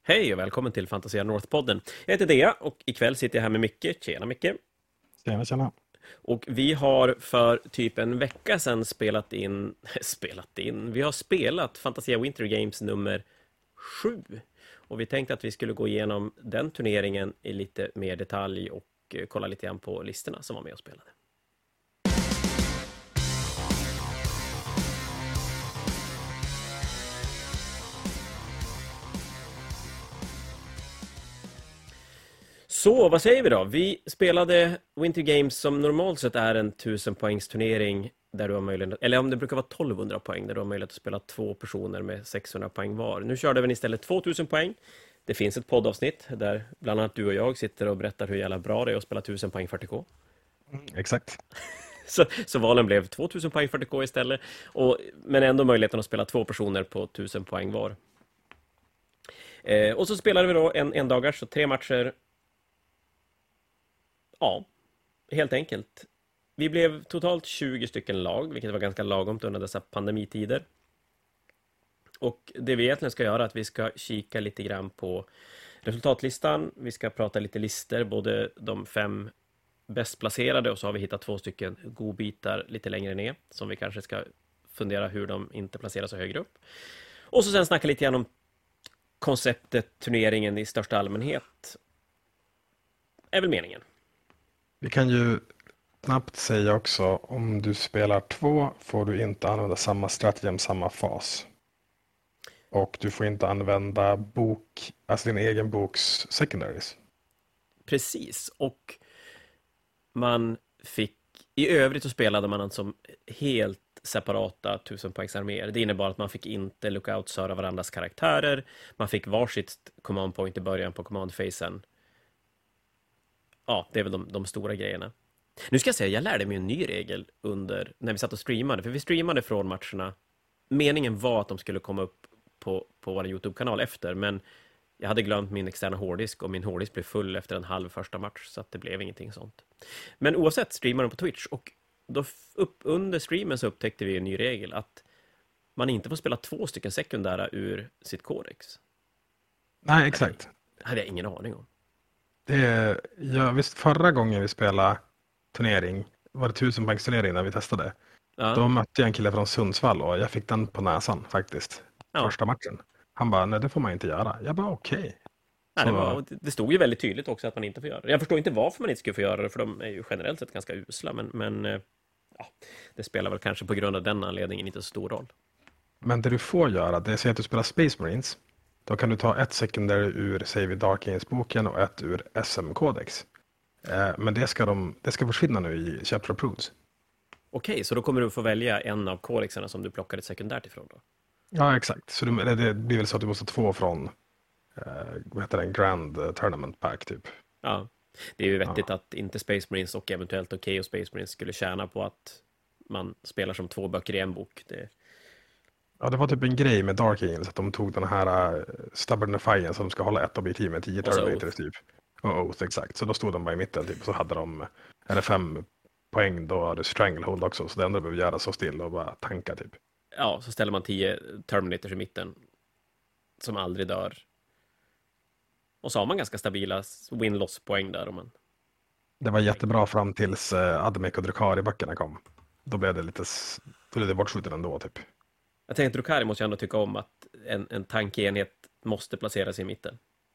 Hej och välkommen till Fantasia North-podden. Jag heter Dea och ikväll sitter jag här med Micke. Tjena Micke. Tjena, tjena. Och vi har för typ en vecka sedan vi har spelat Fantasia Winter Games nummer 7. Och vi tänkte att vi skulle gå igenom den turneringen i lite mer detalj och kolla lite grann på listorna som var med och spelade. Så, vad säger vi då? Vi spelade Winter Games som normalt sett är en 1000 poängs turnering där du har möjlighet, eller om det brukar vara 1200 poäng där du har möjlighet att spela två personer med 600 poäng var. Nu körde vi istället 2000 poäng. Det finns ett poddavsnitt där bland annat du och jag sitter och berättar hur jävla bra det är att spela 1000 poäng 40K. Exakt. Så valen blev 2000 poäng 40K istället, men ändå möjligheten att spela två personer på 1000 poäng var. Och så spelade vi då en dagars, så 3 matcher. Ja, helt enkelt. Vi blev totalt 20 stycken lag, vilket var ganska lagomt under dessa pandemitider. Och det vi egentligen ska göra är att vi ska kika lite grann på resultatlistan. Vi ska prata lite lister, både de 5 bäst placerade och så har vi hittat 2 stycken godbitar lite längre ner som vi kanske ska fundera hur de inte placerar sig högre upp. Och så sen snacka lite grann om konceptet turneringen i största allmänhet. Är väl meningen. Vi kan ju snabbt säga också, om du spelar 2 får du inte använda samma stratagem, samma fas. Och du får inte använda din egen boks secondaries. Precis, och man fick, i övrigt så spelade man alltså helt separata 1000 poängs arméer. Det innebar att man fick inte lookout-söra varandras karaktärer. Man fick varsitt command point i början på command-facen. Ja, det är väl de stora grejerna. Nu ska jag säga, jag lärde mig en ny regel när vi satt och streamade. För vi streamade från matcherna. Meningen var att de skulle komma upp på vår YouTube-kanal efter. Men jag hade glömt min externa hårddisk och min hårddisk blev full efter en halv första match. Så att det blev ingenting sånt. Men oavsett streamade de på Twitch. Och då under streamen så upptäckte vi en ny regel. Att man inte får spela 2 stycken sekundära ur sitt kodex. Nej, exakt. Det hade jag ingen aning om. Visst, förra gången vi spelade turnering var det 1000 poängs turnering när vi testade. Ja. Då mötte jag en kille från Sundsvall och jag fick den på näsan faktiskt. Ja. Första matchen. Han bara, nej det får man inte göra. Jag bara, okej. Nej, det stod ju väldigt tydligt också att man inte får göra det. Jag förstår inte varför man inte skulle få göra det, för de är ju generellt sett ganska usla. Men det spelar väl kanske på grund av den anledningen inte så stor roll. Men det du får göra, det är att du spelar Space Marines. Då kan du ta ett secondary ur, säger vi, Dark Ages-boken och ett ur SM-kodex. Men det ska försvinna nu i Chapter Approved. Okej, så då kommer du få välja en av kodexarna som du plockade sekundärt ifrån då? Ja, exakt. Så det blir väl så att du måste 2 från Grand Tournament Pack typ. Ja, det är ju vettigt att inte Space Marines och eventuellt och Space Marines skulle tjäna på att man spelar som 2 böcker i en bok. Ja, det var typ en grej med Dark Ages att de tog den här Stubborn Defiance som ska hålla ett objektiv med 10 Terminators typ. Och Oath, exakt. Så då stod de bara i mitten typ, och så hade de 5 poäng, då hade Stranglehold också. Så det enda behöver göra så still och bara tanka typ. Ja, så ställer man 10 Terminators i mitten som aldrig dör. Och så har man ganska stabila win-loss-poäng där. Det var jättebra fram tills Admec och Drukari-böckerna kom. Då blev det bortskjuten ändå typ. Jag tänkte att Drukari måste ju ändå tycka om att en tankenhet måste placeras i mitten.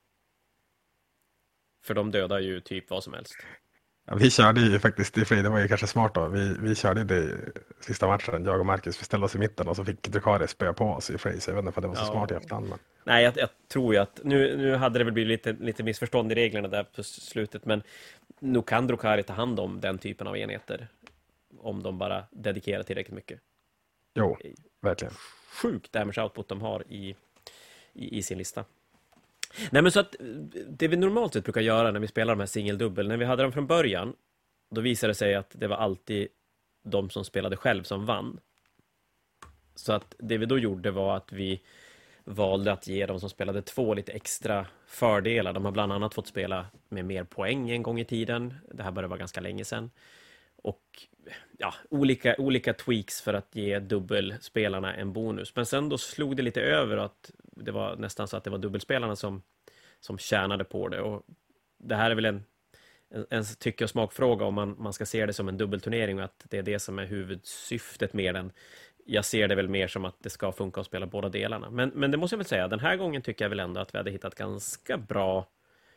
För de dödar ju typ vad som helst. Ja, vi körde ju faktiskt, det var ju kanske smart då. Vi körde det i sista matchen, jag och Marcus. Vi ställde oss i mitten och så fick Drukari spöa på oss i Fraser. Jag vet inte om det var så smart i efterhand. Men... Nej, jag tror ju att nu hade det väl blivit lite missförstånd i reglerna där på slutet. Men nu kan Drukari ta hand om den typen av enheter. Om de bara dedikerar tillräckligt mycket. Jo, verkligen. Sjukt damage output de har i sin lista. Nej, men så att det vi normalt sett brukar göra när vi spelar de här singeldubbel, när vi hade dem från början, då visade det sig att det var alltid de som spelade själv som vann. Så att det vi då gjorde var att vi valde att ge de som spelade 2 lite extra fördelar. De har bland annat fått spela med mer poäng en gång i tiden. Det här började vara ganska länge sedan. Och ja, olika tweaks för att ge dubbelspelarna en bonus. Men sen då slog det lite över att det var nästan så att det var dubbelspelarna som som tjänade på det. Och det här är väl en tycke- och smakfråga om man ska se det som en dubbelturnering och att det är det som är huvudsyftet med den. Jag ser det väl mer som att det ska funka att spela båda delarna. Men det måste jag väl säga, den här gången tycker jag väl ändå att vi hade hittat ganska bra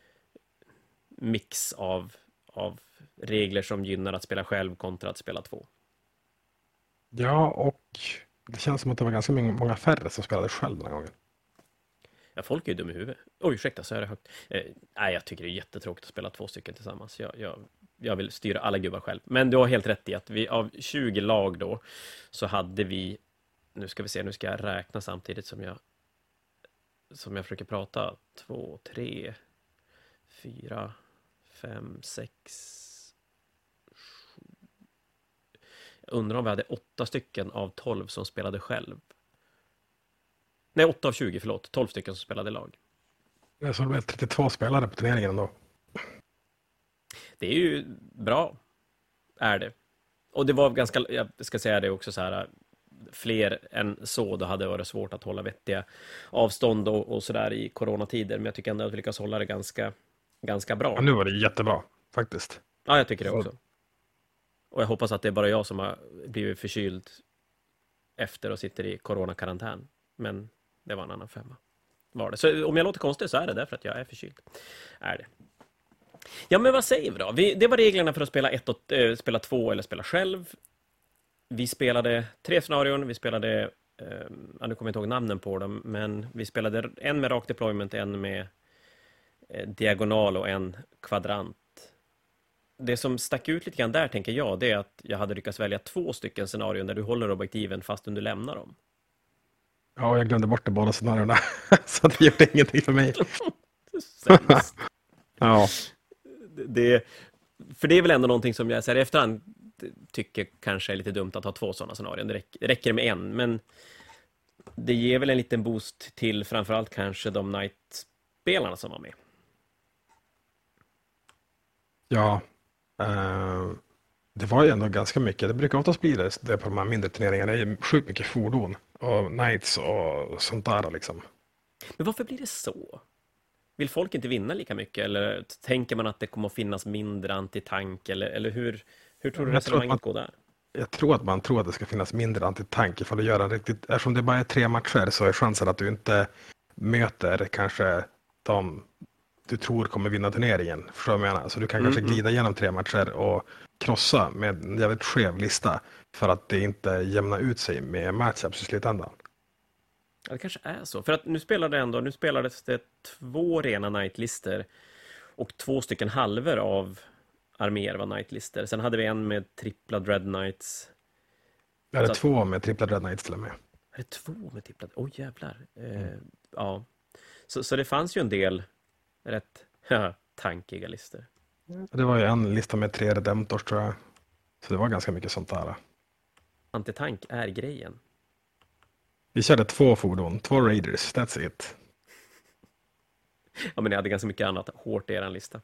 mix av regler som gynnar att spela själv kontra att spela två. Ja, och det känns som att det var ganska många färre som spelade själv den här gången. Ja, folk är ju dum i huvudet. Oj, ursäkta, så är det högt. Nej, jag tycker det är jättetråkigt att spela 2 stycken tillsammans. Jag vill styra alla gubbar själv. Men du har helt rätt i att vi av 20 lag då så hade vi, nu ska vi se, nu ska jag räkna samtidigt som jag försöker prata. 2, 3, 4, 5, 6. Jag undrar om vi hade 8 stycken av 12 som spelade själv. Nej, 8 av 20, förlåt. 12 stycken som spelade lag. Så det var 32 spelare på turneringen ändå. Det är ju bra, är det. Och det var ganska, jag ska säga det också så här, fler än så, då hade det varit svårt att hålla vettiga avstånd och sådär i coronatider. Men jag tycker ändå att vi lyckas hålla det ganska bra. Ja, nu var det jättebra, faktiskt. Ja, jag tycker det också. Och jag hoppas att det är bara jag som har blivit förkyld efter och sitter i coronakarantän. Men det var en annan femma. Var det. Så om jag låter konstigt så är det därför att jag är förkyld. Är det. Ja, men vad säger vi då? Det var reglerna för att spela 2 eller spela själv. Vi spelade 3 scenarion. Vi spelade, nu kommer jag inte ihåg namnen på dem, men vi spelade en med rak deployment, en med diagonal och en kvadrant. Det som stack ut lite grann där, tänker jag, det är att jag hade lyckats välja 2 stycken scenarion där du håller objektiven fast du lämnar dem. Ja, jag glömde bort det båda scenarierna. Så det gjorde ingenting för mig. Ja. För det är väl ändå någonting som jag säger i efterhand tycker kanske är lite dumt att ha 2 sådana scenarion. Det räcker med en, men det ger väl en liten boost till framförallt kanske de Knight-spelarna som var med. Ja, det var ju ändå ganska mycket. Det brukar oftast bli det på de här mindre turneringarna. Det är sjukt mycket fordon och Knights och sånt där liksom. Men varför blir det så? Vill folk inte vinna lika mycket? Eller tänker man att det kommer att finnas mindre antitank? Eller hur tror du resonemanget går där? Jag tror att man tror att det ska finnas mindre antitank ifall du gör en riktigt... Eftersom det bara är 3 matcher så är chansen att du inte möter kanske de du tror kommer vinna turneringen. Förstår du vad jag menar? Så du kan kanske glida igenom 3 matcher och krossa med en jävligt skev lista för att det inte jämnar ut sig med matchups i slutändan. Ja, det kanske är så. För att nu spelades det 2 rena Knight-lister och 2 stycken halver av arméer var Knight-lister. Sen hade vi en med trippla Dread Knights. Ja, det är 2 med trippla Dread Knights till och med. Är det 2 med trippla? Oj, jävlar. Ja. Så det fanns ju en del rätt tankiga listor. Det var ju en lista med 3 Redemptors tror jag. Så det var ganska mycket sånt där. Antitank är grejen. Vi körde 2 fordon, 2 Raiders, that's it. Ja, men ni hade ganska mycket annat hårt i er lista.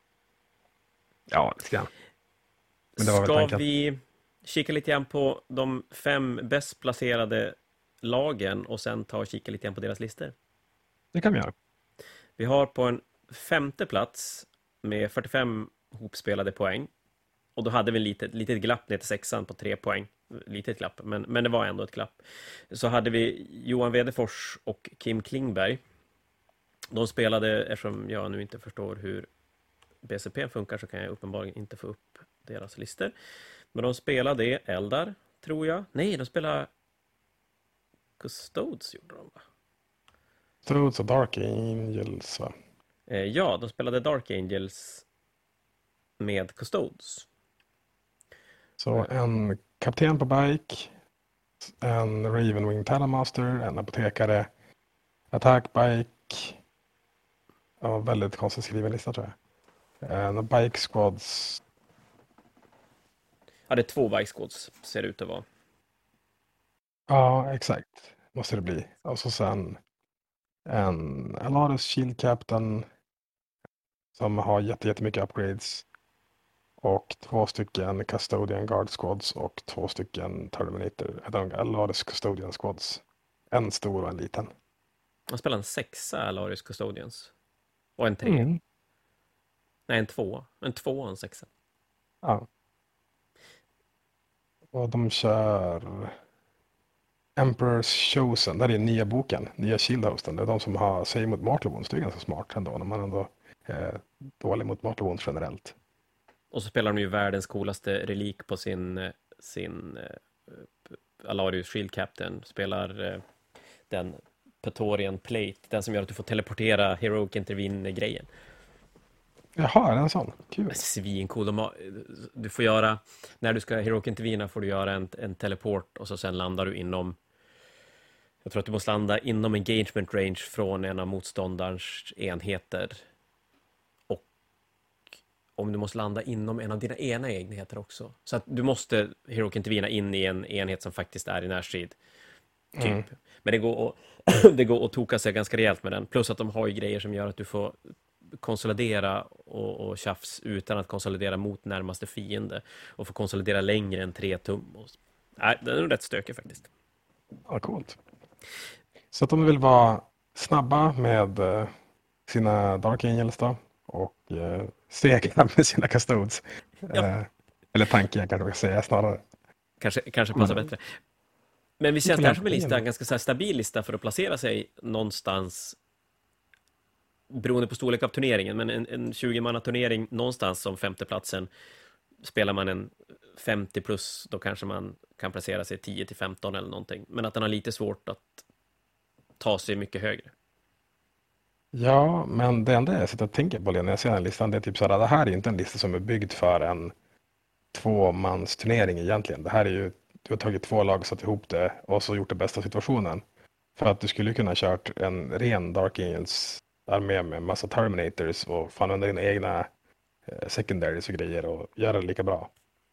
Ja, lite grann. Men det var Ska vi kika lite grann på de 5 bäst placerade lagen och sen ta och kika lite grann på deras listor? Det kan vi göra. Vi har på en 5:e plats med 45 hopspelade poäng. Och då hade vi litet glapp ner till 6:an på 3 poäng. Litet glapp, men det var ändå ett glapp. Så hade vi Johan Wedefors och Kim Klingberg. De spelade, eftersom jag nu inte förstår hur BCP funkar så kan jag uppenbarligen inte få upp deras listor. Men de spelade Eldar, tror jag. Nej, de spelade Custodes gjorde de, va? Custodes och Dark Angels, va? Ja, de spelade Dark Angels med Custodes. Så en kapten på bike, en Ravenwing Talonmaster, en apotekare, attack bike. Ja, väldigt konstigt skriven lista tror jag. En bike squads. Ja, det är 2 bike squads ser det ut att vara. Ja, exakt. Måste det bli. Och så sen en Aladus Shield Captain som har jättemycket upgrades. Och 2 stycken Custodian Guard Squads och 2 stycken Terminator, Aladus Custodian Squads. En stor och en liten. Man spelar en 6 Alarius Custodians. Och en 3. Nej, en 2. En 2 och en 6. Ja. Och de kör Emperor's Chosen. Det är den nya boken, nya Shield-hosten. Det är de som har sig mot Mortal Wounds. Det är ganska smart ändå när man ändå är dålig mot Mortal Wounds generellt. Och så spelar de ju världens coolaste relik på sin Alarius Shield Captain. Spelar den Praetorian Plate, den som gör att du får teleportera Heroic Intervene-grejen. Jaha, är det en sån? Kul. Svincool. Du får göra, när du ska Heroic Intervene får du göra en teleport och så sen landar du inom, jag tror att du måste landa inom engagement range från en av motståndarens enheter. Och om du måste landa inom en av dina egna enheter också. Så att du måste Heroic Intervene in i en enhet som faktiskt är i närstrid. Typ. Men det går att toka sig ganska rejält med den. Plus att de har ju grejer som gör att du får konsolidera och tjafs utan att konsolidera mot närmaste fiende. Och få konsolidera längre än 3 tum. Nej, den är rätt stökig faktiskt. Ja, coolt. Så att de vill vara snabba med sina Dark Angels då. Och sega med sina Custodes. Ja. Eller tanken jag kanske säga snarare. Kanske passar bättre. Men vi ser att det här som en lista, en ganska så här stabil lista för att placera sig någonstans beroende på storlek av turneringen, men en 20-manna-turnering någonstans som 5:e platsen. Spelar man en 50 plus, då kanske man kan placera sig 10-15 eller någonting. Men att den har lite svårt att ta sig mycket högre. Ja, men det enda jag sitter och tänker på när jag ser den här listan, det är typ så här, det här är inte en lista som är byggd för en 2-mans-turnering egentligen. Det här är ju, du har tagit 2 lag, satt ihop det och så gjort det bästa situationen. För att du skulle kunna kört en ren Dark Angels armé med massa Terminators och fan under dina egna secondaries och grejer och göra det lika bra.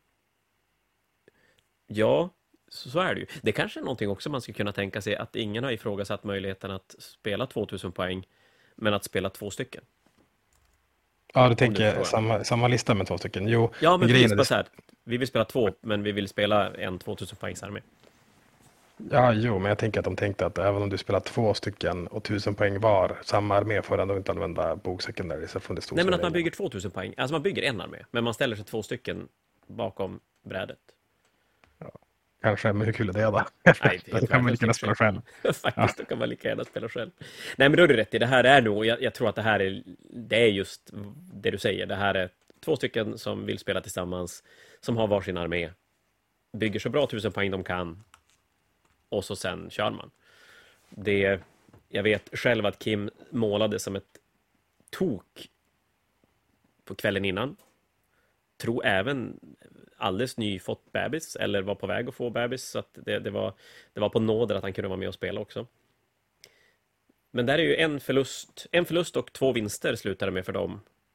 Ja, så är det ju. Det kanske är någonting också man skulle kunna tänka sig, att ingen har ifrågasatt möjligheten att spela 2000 poäng, men att spela 2 stycken. Ja, du tänker samma lista med 2 stycken. Jo, ja, men precis, så här. Vi vill spela 2, men vi vill spela en 2000 poängs armé. Ja, jo, men jag tänker att de tänkte att även om du spelar 2 stycken och 1000 poäng var, samma armé får ändå inte använda boksecondaries från det stora. Nej, men att man bygger 2000 poäng. Alltså man bygger en armé, men man ställer sig 2 stycken bakom brädet. Ja, kanske, men hur kul är det då? Nej, det kan man lika gärna spela själv. Faktiskt, då kan man lika gärna spela själv. Nej, men då är du rätt i. Det här är nog, jag tror att det är just det du säger. Det här är 2 stycken som vill spela tillsammans, som har varsin armé. Bygger så bra 1000 poäng de kan. Och så sen kör man. Jag vet själv att Kim målade som ett tok på kvällen innan. Tror även alldeles ny fått bebis, eller var på väg att få bebis, så att det var på nåder att han kunde vara med och spela också. Men där är ju en förlust och 2 vinster slutade med för dem.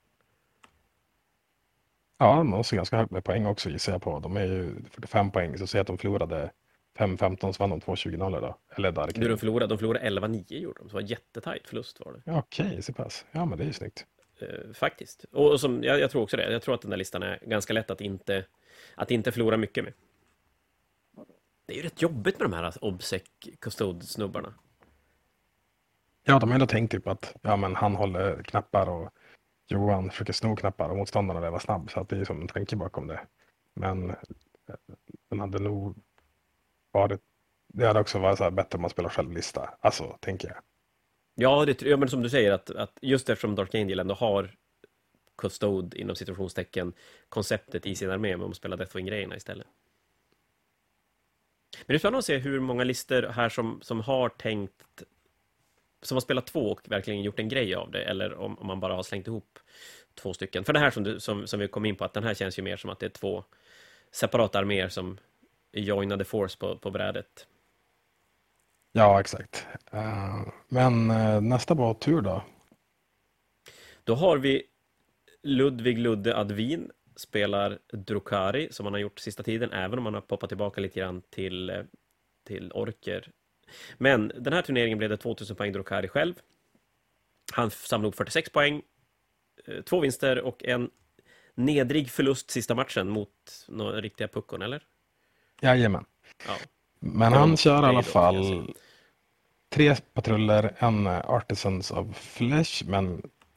Ja, de måste ganska högt med poäng också, gissar jag på. De är ju 45 poäng, så säg att de förlorade 5-15, så vann de 2-20-0 då. Eller där. De förlorade 11-9 gjorde de, så var jättetajt förlust var det. Ja, okej, så pass. Ja, men det är ju snyggt. Faktiskt. Och som, jag tror också det. Jag tror att den där listan är ganska lätt att inte förlora mycket med. Det är ju rätt jobbigt med de här Obsec Custode-snubbarna. Ja, de har ändå tänkt typ att men han håller knappar och Johan försöker sno knappar och motståndarna var snabb, så att det är som en tanke bakom det. Men den hade nog varit, det hade också varit så här bättre om man spelar självlista. Alltså, tänker jag. Ja, men som du säger, att just eftersom Dark Angel ändå har Custode inom situationstecken konceptet i sin armé, men man spelar Deathwing-grejerna istället. Men det är spännande att se hur många lister här som har tänkt, som har spelat 2 och verkligen gjort en grej av det, eller om man bara har slängt ihop 2 stycken. För det här som vi kom in på, att den här känns ju mer som att det är 2 separata arméer som joinade force på brädet. Ja, exakt. Men nästa var tur då? Då har vi Ludvig Ludde Advin spelar Drukari, som han har gjort sista tiden, även om han har poppat tillbaka lite grann till orker. Men den här turneringen blev det 2000 poäng Drukari själv. Han samlade upp 46 poäng, 2 vinster och en nedrig förlust sista matchen mot några riktiga puckon, eller? Jajamän. Ja. Men han kör i alla fall 3 patruller, en Artisans of Flesh, men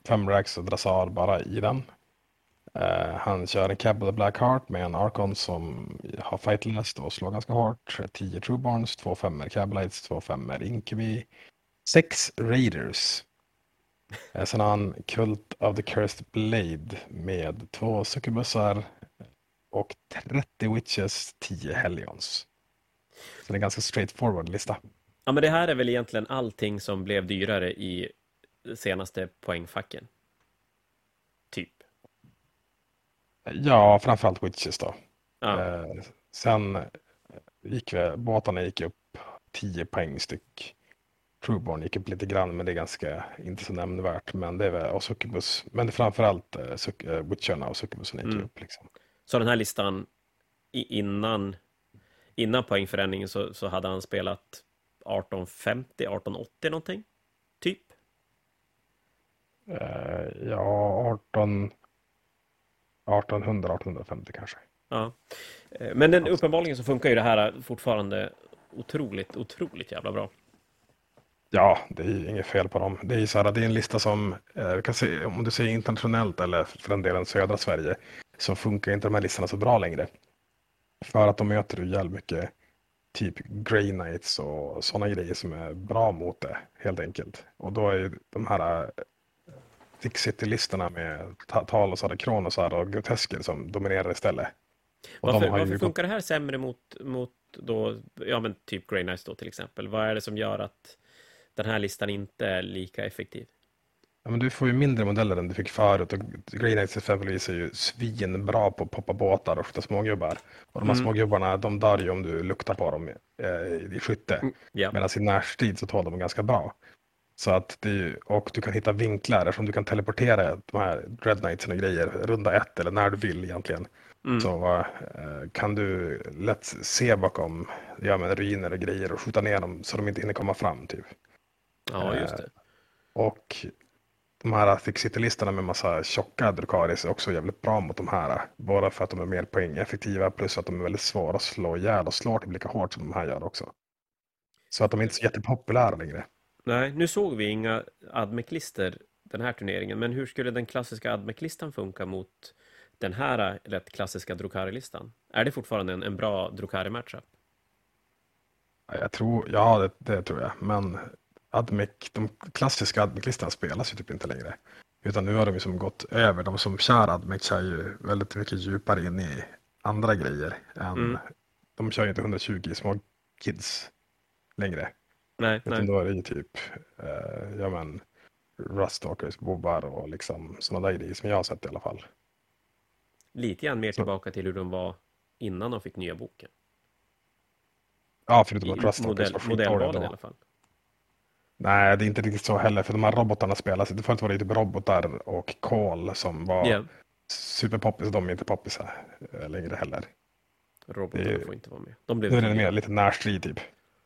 5 racks och Drassar bara i den. Han kör en Cab of the Black Heart med en Archon som har fightless och slår ganska hårt. 10 Trueborns, 2 5 Cablites, 2 5 Incubi, 6 Raiders. Sen har han Cult of the Cursed Blade med 2 Succubusar och 30 Witches, 10 Hellions. Så det är en ganska straightforward lista. Ja, men det här är väl egentligen allting som blev dyrare i senaste poängfacken. Typ. Ja, framförallt Witches då. Ja. Sen båtarna gick upp 10 poäng styck. Trueborn gick upp lite grann, men det är ganska inte så nämnvärt. Men det är väl och Succubus. Men det är framförallt Witcherna och Succubusen gick upp liksom. Så den här listan innan poängförändringen så hade han spelat 1850, 1880 någonting? Typ? Ja, 1800, 1850 kanske. Ja. Men uppenbarligen så funkar ju det här fortfarande otroligt jävla bra. Ja, det är inget fel på dem. Det är så här, det är en lista som, kan se, om du säger internationellt eller för den delen södra Sverige, så funkar inte de här listorna så bra längre. För att de möter ju jävligt mycket typ Grey Knights och sådana grejer som är bra mot det, helt enkelt. Och då är ju de här Thick City-listorna med Talos, Kronosar och Grotesker som dominerar istället. Och varför funkar det här sämre mot då, ja men typ Grey Knights då till exempel? Vad är det som gör att den här listan inte är lika effektiv? Ja, men du får ju mindre modeller än du fick förut, och Grey Knights exempelvis är ju svinbra på att poppa båtar och skjuta smågubbar. Och de här smågubbarna, de dör ju om du luktar på dem i skytte. Yeah. Medan i närstrid så tål de ganska bra. Så att och du kan hitta vinklar eftersom du kan teleportera de här Dread Knightsen och grejer runda 1 eller när du vill egentligen. Så kan du lätt se bakom ruiner och grejer och skjuta ner dem så de inte hinner komma fram typ. Ja, just det. Och de här Thick City-listorna med massa tjocka Drukaris är också jävligt bra mot de här. Bara för att de är mer poängeffektiva plus att de är väldigt svåra att slå ihjäl och slår till lika hårt som de här gör också. Så att de är inte så jättepopulära längre. Nej, nu såg vi inga Admec-lister den här turneringen, men hur skulle den klassiska Admec-listan funka mot den här rätt klassiska Drukhari-listan? Är det fortfarande en bra Drukhari-matchup? Jag tror, det tror jag. Men de klassiska Admec-listorna spelas ju typ inte längre. Utan nu har de ju som gått över. De som kör Admec kör ju väldigt mycket djupare in i andra grejer. De kör ju inte 120 små kids längre. Nej. Då är det ju typ Ruststalkers, bobbar och liksom sådana där grejer som jag har sett i alla fall. Lite grann mer tillbaka till hur de var innan de fick nya boken. Ja, förutom att Ruststalkers var modellvalen i alla fall. Nej, det är inte riktigt så heller, för de här robotarna spelas. Förut var det typ robotar och kol som var superpoppis, och de är inte poppis längre heller. Robotarna får inte vara med. Nu är det mer lite närstrid typ.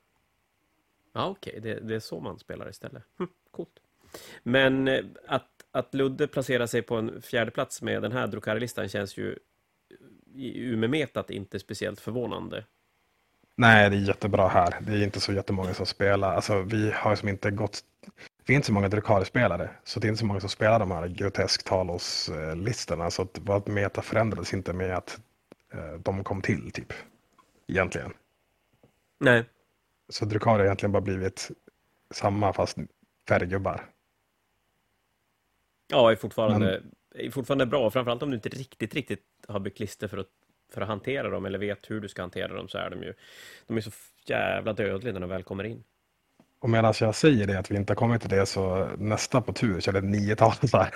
Ja, okej. Det är så man spelar istället. Coolt. Men att Ludde placerar sig på en 4:e plats med den här Drukhari-listan känns ju i Umemetat inte speciellt förvånande. Nej, det är jättebra här. Det är inte så jättemånga som spelar. Alltså, vi har som inte gått... Det är inte så många Drukhari-spelare. Så det är inte så många som spelar de här grotesk-talos-listorna. Så att vad meta förändrades inte med att de kom till, typ. Egentligen. Nej. Så Drukhari har egentligen bara blivit samma fast färggubbar. Ja, är fortfarande bra. Framförallt om du inte riktigt har byggt listor för att hantera dem eller vet hur du ska hantera dem, så är de är så jävla dödliga när de väl kommer in. Och medan jag säger det att vi inte har kommit till det, så nästa på tur så är det 9-tal så här.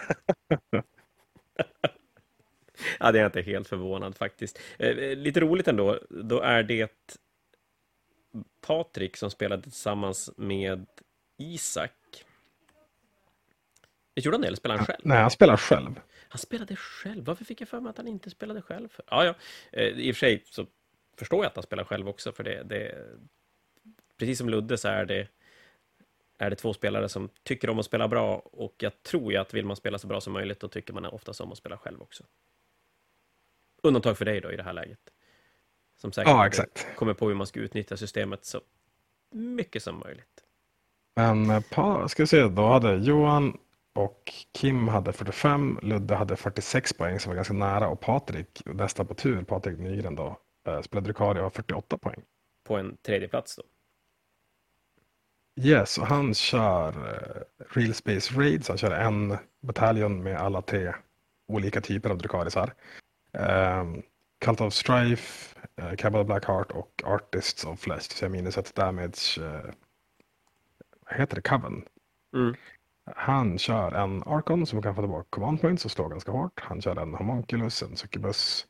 Ja, det är jag inte helt förvånad faktiskt. Lite roligt ändå, då är det Patrik som spelade tillsammans med Isak. Gjorde han det eller spelade han själv? Nej, han spelar själv. Han spelade själv? Varför fick jag för mig att han inte spelade själv? Ja. I och för sig så förstår jag att han spelar själv också, för det precis som Ludde så är det två spelare som tycker om att spela bra, och jag tror ju att vill man spela så bra som möjligt, då tycker man oftast om att spela själv också. Undantag för dig då i det här läget. Som säkert kommer på hur man ska utnyttja systemet så mycket som möjligt. Men ska vi se, då hade Johan och Kim hade 45, Ludde hade 46 poäng som var ganska nära och Patrik, nästan på tur, Patrik Nygren då, spelade Drukhari och har 48 poäng. På en tredje plats då. Yes, och han kör Real Space Raids, han kör en bataljon med alla 3 olika typer av Drukharisar. Cult of Strife, Cabal Blackheart och Artists of Flesh, så jag minns ett damage, vad heter det, Coven. Han kör en Archon som kan få tillbaka command points och slår ganska hårt. Han kör en Homunculus, en Succubus,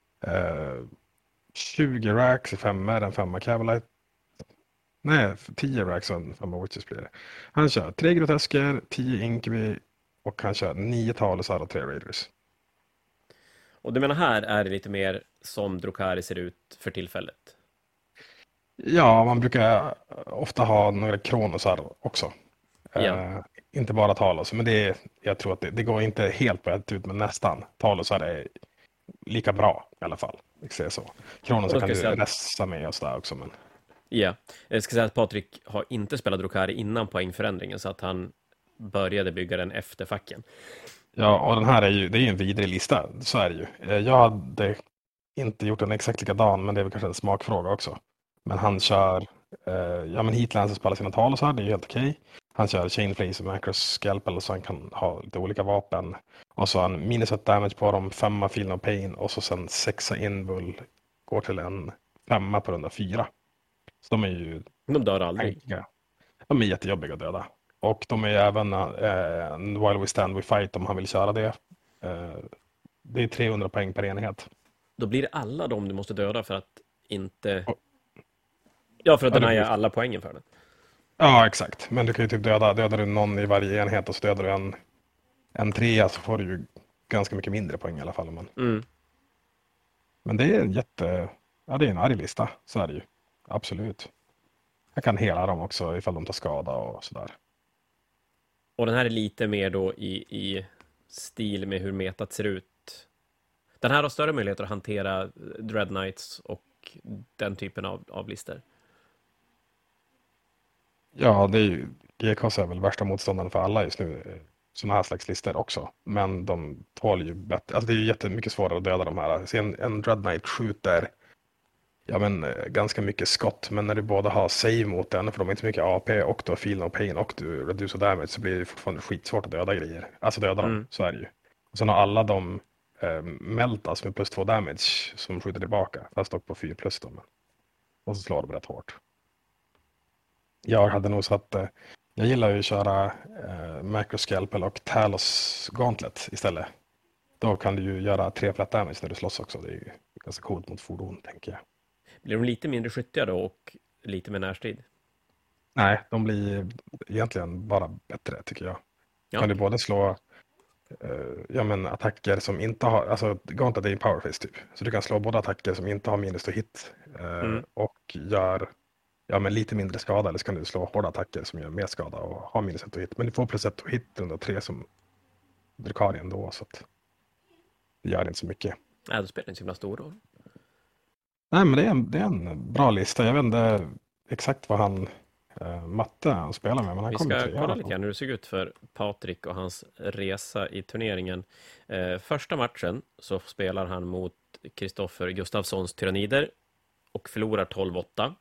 20 racks, 5 en 5 Cavalite. Nej, 10 racks och en 5 Witches blir det. Han kör 3 Grotesker, 10 Incubi och han kör 9 Talusar och 3 Raiders. Och du menar här är det lite mer som Drukhari ser ut för tillfället? Ja, man brukar ofta ha några Kronosar också. Ja. Inte bara Talos, men jag tror att det går inte helt på ett ut, men nästan. Talosar är lika bra i alla fall. Jag säger så. Kronosar kan du resta med och sådär också. Men... Ja, jag ska säga att Patrik har inte spelat Drukhari innan poängförändringen, så att han började bygga den efter facken. Ja, och den här det är ju en vidrig lista, så är det ju. Jag hade inte gjort den exakt likadan, men det är väl kanske en smakfråga också. Men han kör, Heatlancer spelar sina Talosar, det är ju helt okej. Han kör Chainflace och Macros Scalpel, så han kan ha lite olika vapen. Och så har han minus 1 damage på dem, 5 Feel No Pain och så sen 6 Invul går till en 5 på runda 4. Så de är ju... De dör aldrig. De är jättejobbiga att döda. Och de är ju även While We Stand We Fight om han vill köra det. Det är 300 poäng per enhet. Då blir det alla de du måste döda för att inte... Ja, för att den ger alla poängen för den. Ja, exakt. Men du kan ju typ dödar du någon i varje enhet och så dödar du en 3, så får du ju ganska mycket mindre poäng i alla fall. Men det är det är en arg lista, så är det ju. Absolut. Jag kan hela dem också ifall de tar skada och sådär. Och den här är lite mer då i stil med hur metat ser ut. Den här har större möjligheter att hantera Dread Knights och den typen av listor. Ja, det är ju, GKs är väl värsta motståndaren för alla just nu. Sådana här slags listor också. Men de tål ju bättre. Alltså det är ju jättemycket svårare att döda de här. Så en Dread Knight skjuter ganska mycket skott. Men när du både har save mot den, för de har inte så mycket AP, och du har Feel No Pain och du reduce damage, så blir det fortfarande skitsvårt att döda grejer. Alltså döda dem, så är det ju. Och sen har alla de meltas med plus 2 damage som skjuter tillbaka. Fast dock på 4 plus då. Och så slår de rätt hårt. Jag hade nog satt... Jag gillar ju att köra Macroscalpel och Talos Gauntlet istället. Då kan du ju göra 3 flat damage när du slåss också. Det är ju ganska coolt mot fordon, tänker jag. Blir de lite mindre skyttiga då och lite mer närstrid? Nej, de blir egentligen bara bättre, tycker jag. Ja. Kan du både slå attacker som inte har... Alltså, Gauntlet är en powerface typ. Så du kan slå både attacker som inte har minus to hit och gör... lite mindre skada, eller så kan du slå hårda attacker som gör mer skada och ha minus 1 hit. Men du får plus 1 hit under 3 som Drukhari ändå, så att det gör inte så mycket. Nej, det spelar inte så himla stor roll. Nej, men det är en bra lista. Jag vet inte exakt vad Matte han spelar med, men han kommer till. Vi ska kolla lite grann hur det såg ut för Patrik och hans resa i turneringen. Första matchen så spelar han mot Kristoffer Gustafssons Tyrannider och förlorar 12-8.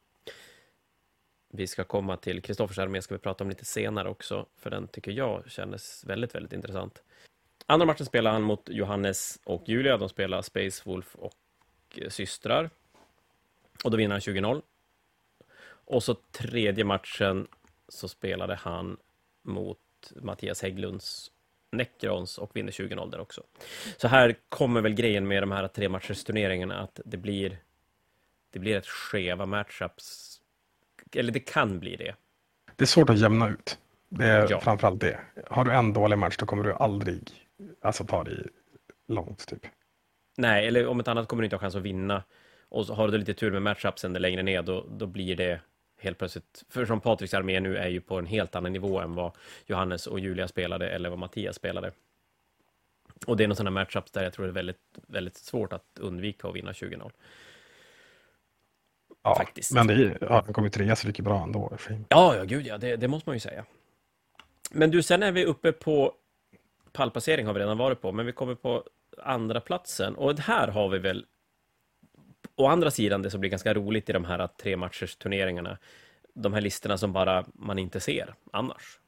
Vi ska komma till Kristoffers armé, ska vi prata om lite senare också, för den tycker jag kändes väldigt, väldigt intressant. Andra matchen spelar han mot Johannes och Julia. De spelar Space Wolf och systrar. Och då vinner han 20-0. Och så tredje matchen så spelade han mot Mattias Hägglunds Necrons och vinner 20-0 där också. Så här kommer väl grejen med de här 3 matchers turneringarna, att det blir ett skeva matchups. Eller det kan bli det. Det är svårt att jämna ut. Det är framförallt det. Har du en dålig match, då kommer du aldrig ta dig långt typ. Nej, eller om ett annat kommer du inte ha chans att vinna. Och så har du lite tur med matchupsen där längre ner, då blir det helt plötsligt... För som Patriks armé nu är ju på en helt annan nivå än vad Johannes och Julia spelade eller vad Mattias spelade. Och det är någon sån här matchups där jag tror det är väldigt, väldigt svårt att undvika att vinna 20-0. Ja, faktiskt. Men han kom ju 3 så det gick bra ändå. Ja, gud ja, det måste man ju säga. Men du, sen är vi uppe på pallplacering har vi redan varit på, men vi kommer på andra platsen. Och här har vi väl å andra sidan det som blir ganska roligt i de här 3-matchers turneringarna. De här listorna som bara man inte ser annars.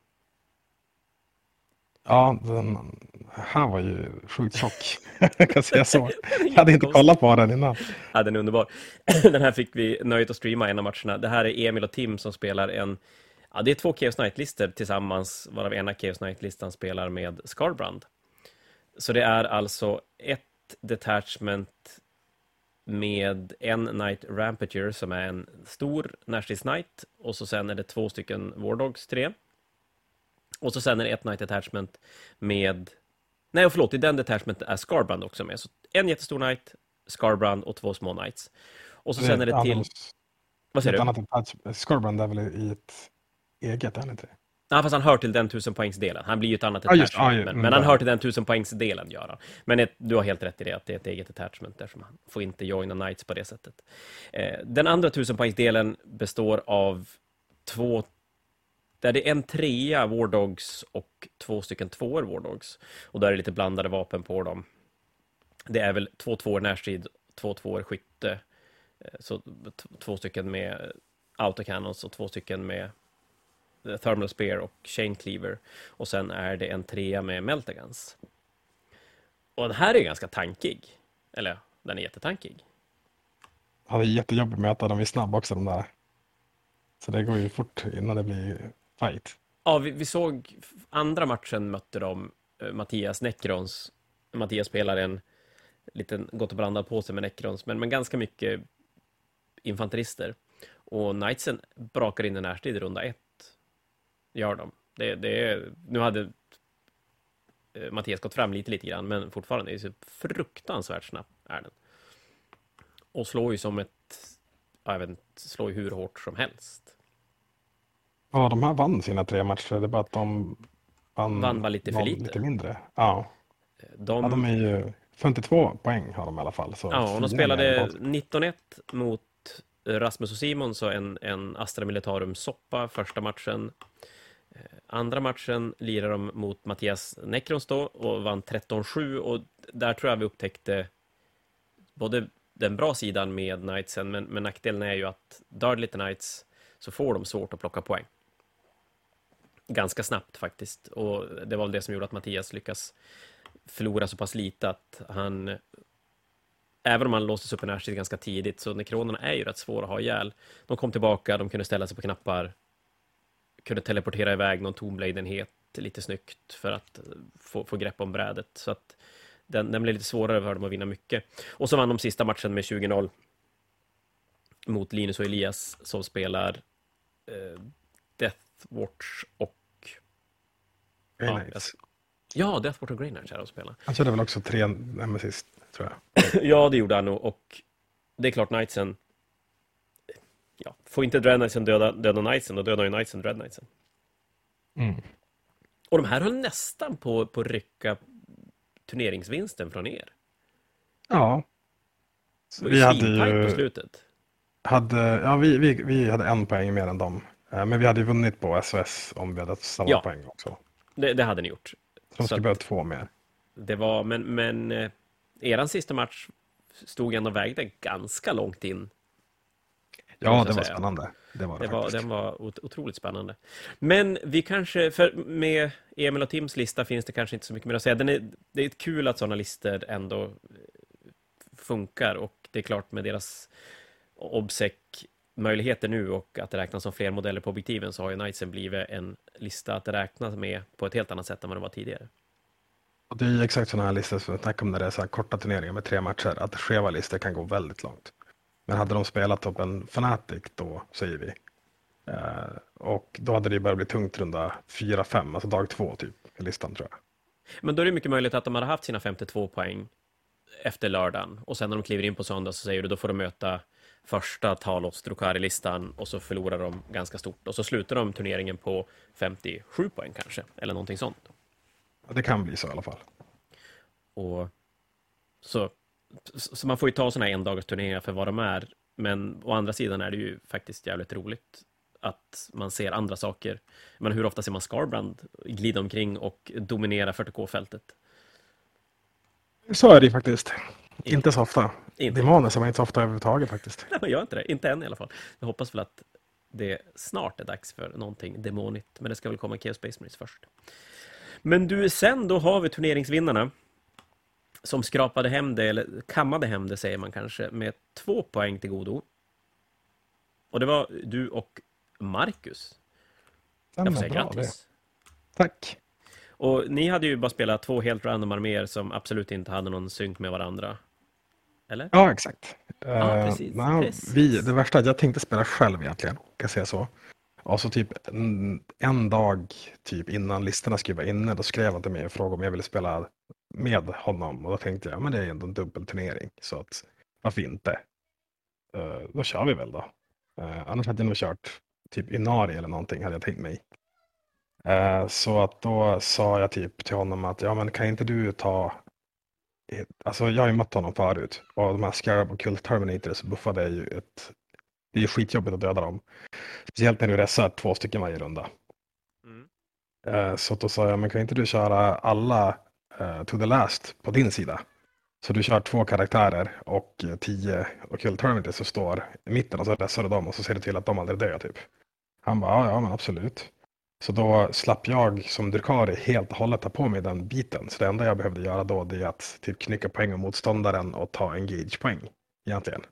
Ja, den här var ju sjukt tjock. Jag kan säga så. Jag hade inte kollat på den innan. Ja, den är underbar. Den här fick vi nöjt att streama en av matcherna. Det här är Emil och Tim som spelar det är 2 Chaos Knight-listor tillsammans, varav ena Chaos Knight-listan spelar med Skarbrand. Så det är alltså ett detachment med en Knight Rampager som är en stor Nashis Knight, och så sen är det 2 stycken War Dogs 3. Och så sen är det ett Knight Detachment med... Nej, förlåt, i den detachment är Skarbrand också med. Så en jättestor Knight, Skarbrand och 2 små Knights. Och så sen är det till... Vad säger du? Skarbrand är väl i ett eget, är det inte? Ja, fast han hör till den 1000-poängsdelen. Han blir ju ett annat attachment. Men han hör till den 1000-poängsdelen, gör han. Men du har helt rätt i det, att det är ett eget attachment där som han får inte joina Knights på det sättet. Den andra 1000-poängsdelen består av 2... Där det är en 3 War Dogs och 2 stycken 2 War Dogs. Och där är det lite blandade vapen på dem. Det är väl 2 2 närstrid, 2 2 skytte. Så 2 stycken med autocannons och 2 stycken med thermal spear och chain cleaver. Och sen är det en 3 med meltagans. Och den här är ganska tankig. Eller, den är jättetankig. Ja, det är jättejobbigt att möta dem i snabb också, de där. Så det går ju fort innan det blir fight. Ja, vi såg andra matchen mötte de Mattias Necrons. Mattias spelar en liten gott och blandad påse med Necrons, men ganska mycket infanterister. Och Knightsen brakar in i närstrid i runda 1. Gör de. Nu hade Mattias gått fram lite grann, men fortfarande är det så fruktansvärt snabb är den. Och slår ju som slår ju hur hårt som helst. Ja, de här vann sina 3 matcher. Det är bara att de vann bara lite för lite. Lite mindre. Ja. De är ju 52 poäng har de i alla fall. Så ja, och de spelade 19-1 mot Rasmus och Simon, så en Astra Militarum soppa första matchen. Andra matchen lirar de mot Mattias Necrons då och vann 13-7, och där tror jag vi upptäckte både den bra sidan med Knightsen, men nackdelen är ju att dör lite Knights så får de svårt att plocka poäng. Ganska snabbt faktiskt, och det var väl det som gjorde att Mattias lyckas förlora så pass lite att han, även om han låstes upp i närstrid ganska tidigt, så nekronerna är ju rätt svåra att ha ihjäl. De kom tillbaka, de kunde ställa sig på knappar, kunde teleportera iväg någon Tomblade-enhet lite snyggt för att få grepp om brädet, så att den blev lite svårare för dem att vinna mycket. Och så vann de sista matchen med 20-0 mot Linus och Elias som spelar Deathwatch och Grey Knights. Ja, Deathwatch och Grey Knights är de spelar. Han körde väl också 3 Nemesis, tror jag. Ja, det gjorde han nog, och det är klart Knightsen, får inte Dread Knightsen döda Knightsen, då dödar ju Knightsen Dread Knightsen. Och de här höll nästan på att rycka turneringsvinsten från er. Ja. Vi hade ju på slutet. Vi hade 1 poäng mer än dem. Men vi hade ju vunnit på SOS om vi hade samma poäng också. Det hade ni gjort. Så de skulle behöva 2 mer. Det var, men eran sista match stod ändå vägde ganska långt in. Ja, det var spännande. Den var otroligt spännande. Men vi kanske, för med Emil och Tims lista finns det kanske inte så mycket mer att säga. Det är kul att sådana listor ändå funkar, och det är klart med deras obsec-möjligheter nu och att det räknas som fler modeller på objektiven, så har ju Knightsen blivit en lista att räkna med på ett helt annat sätt än vad det var tidigare. Och det är ju exakt sådana här listor som jag snackar om när det är så här korta turneringar med 3 matcher, att skeva listor kan gå väldigt långt. Men hade de spelat upp en Fnatic då, säger vi, och då hade det börjat bli tungt runda 4-5, alltså dag 2 typ i listan, tror jag. Men då är det mycket möjligt att de hade haft sina 52 poäng efter lördagen, och sen när de kliver in på söndag så säger du, då får de möta första Talos Drukari-listan, och så förlorar de ganska stort, och så slutar de turneringen på 57 poäng kanske, eller någonting sånt. Ja, det kan bli så i alla fall. Och så man får ju ta såna här endagars turneringar för vad de är, men å andra sidan är det ju faktiskt jävligt roligt att man ser andra saker. Men hur ofta ser man Skarbrand glida omkring och dominera 40K-fältet? Så är det ju faktiskt. Inte så ofta. Inte. Demoner ser man inte så ofta överhuvudtaget faktiskt. Nej, jag gör inte det. Inte än i alla fall. Jag hoppas väl att det snart är dags för någonting demonigt. Men det ska väl komma Chaos Space Marines först. Men du, sen då har vi turneringsvinnarna som skrapade hem det, eller kammade hem det säger man kanske, med 2 poäng till godo. Och det var du och Marcus. Jag får säga grattis. Tack. Och ni hade ju bara spelat 2 helt random arméer som absolut inte hade någon synk med varandra. Eller? Ja, exakt. Precis. Det värsta är att jag tänkte spela själv egentligen, kan jag säga så. Och så typ en dag typ innan listorna skulle vara inne, då skrev han till mig och frågade om jag ville spela med honom. Och då tänkte jag, men det är ändå en dubbelturnering, så att varför inte? Då kör vi väl då. Annars hade jag nog kört typ Inari eller någonting, hade jag tänkt mig. Så att då sa jag typ till honom att ja, men kan inte du ta... Alltså jag har ju mött honom förut, och de här Scarab och Cult Terminators buffade ju det är ju skitjobbigt att döda dem. Speciellt när du ressar 2 stycken varje runda. Så då sa jag, men kan inte du köra alla to the last på din sida? Så du kör 2 karaktärer och 10 Cult Terminators som står i mitten, och så ressar du dem och så ser du till att de aldrig dör typ. Han bara, ja men absolut. Så då slapp jag som Drukari helt och hållet ta på mig den biten. Så det enda jag behövde göra då, det är att typ knycka poäng av motståndaren och ta engage-poäng egentligen.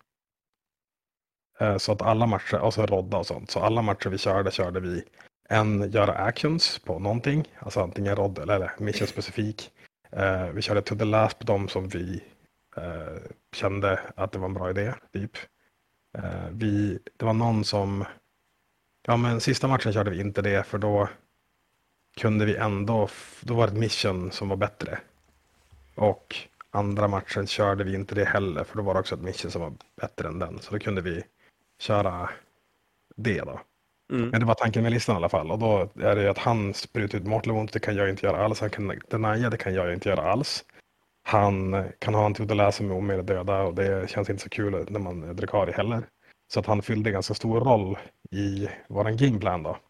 Så att alla matcher, och så rodda och sånt. Så alla matcher vi körde vi göra actions på någonting. Alltså antingen rodd eller mission specifik. Vi körde to the last på dem som vi kände att det var en bra idé. Typ. Det var någon som... Ja, men sista matchen körde vi inte det, för då kunde vi ändå... Då var det ett mission som var bättre. Och andra matchen körde vi inte det heller, för då var det också ett mission som var bättre än den. Så då kunde vi köra det då. Men det var tanken med listan i alla fall. Och då är det att han sprutar ut Mortal Wounds, det kan jag inte göra alls. Han kan denia, det kan jag inte göra alls. Han kan ha en to the last som är omöjlig att döda, och det känns inte så kul när man är Drukari heller. Så att han fyllde ganska stor roll i våran gameplan då.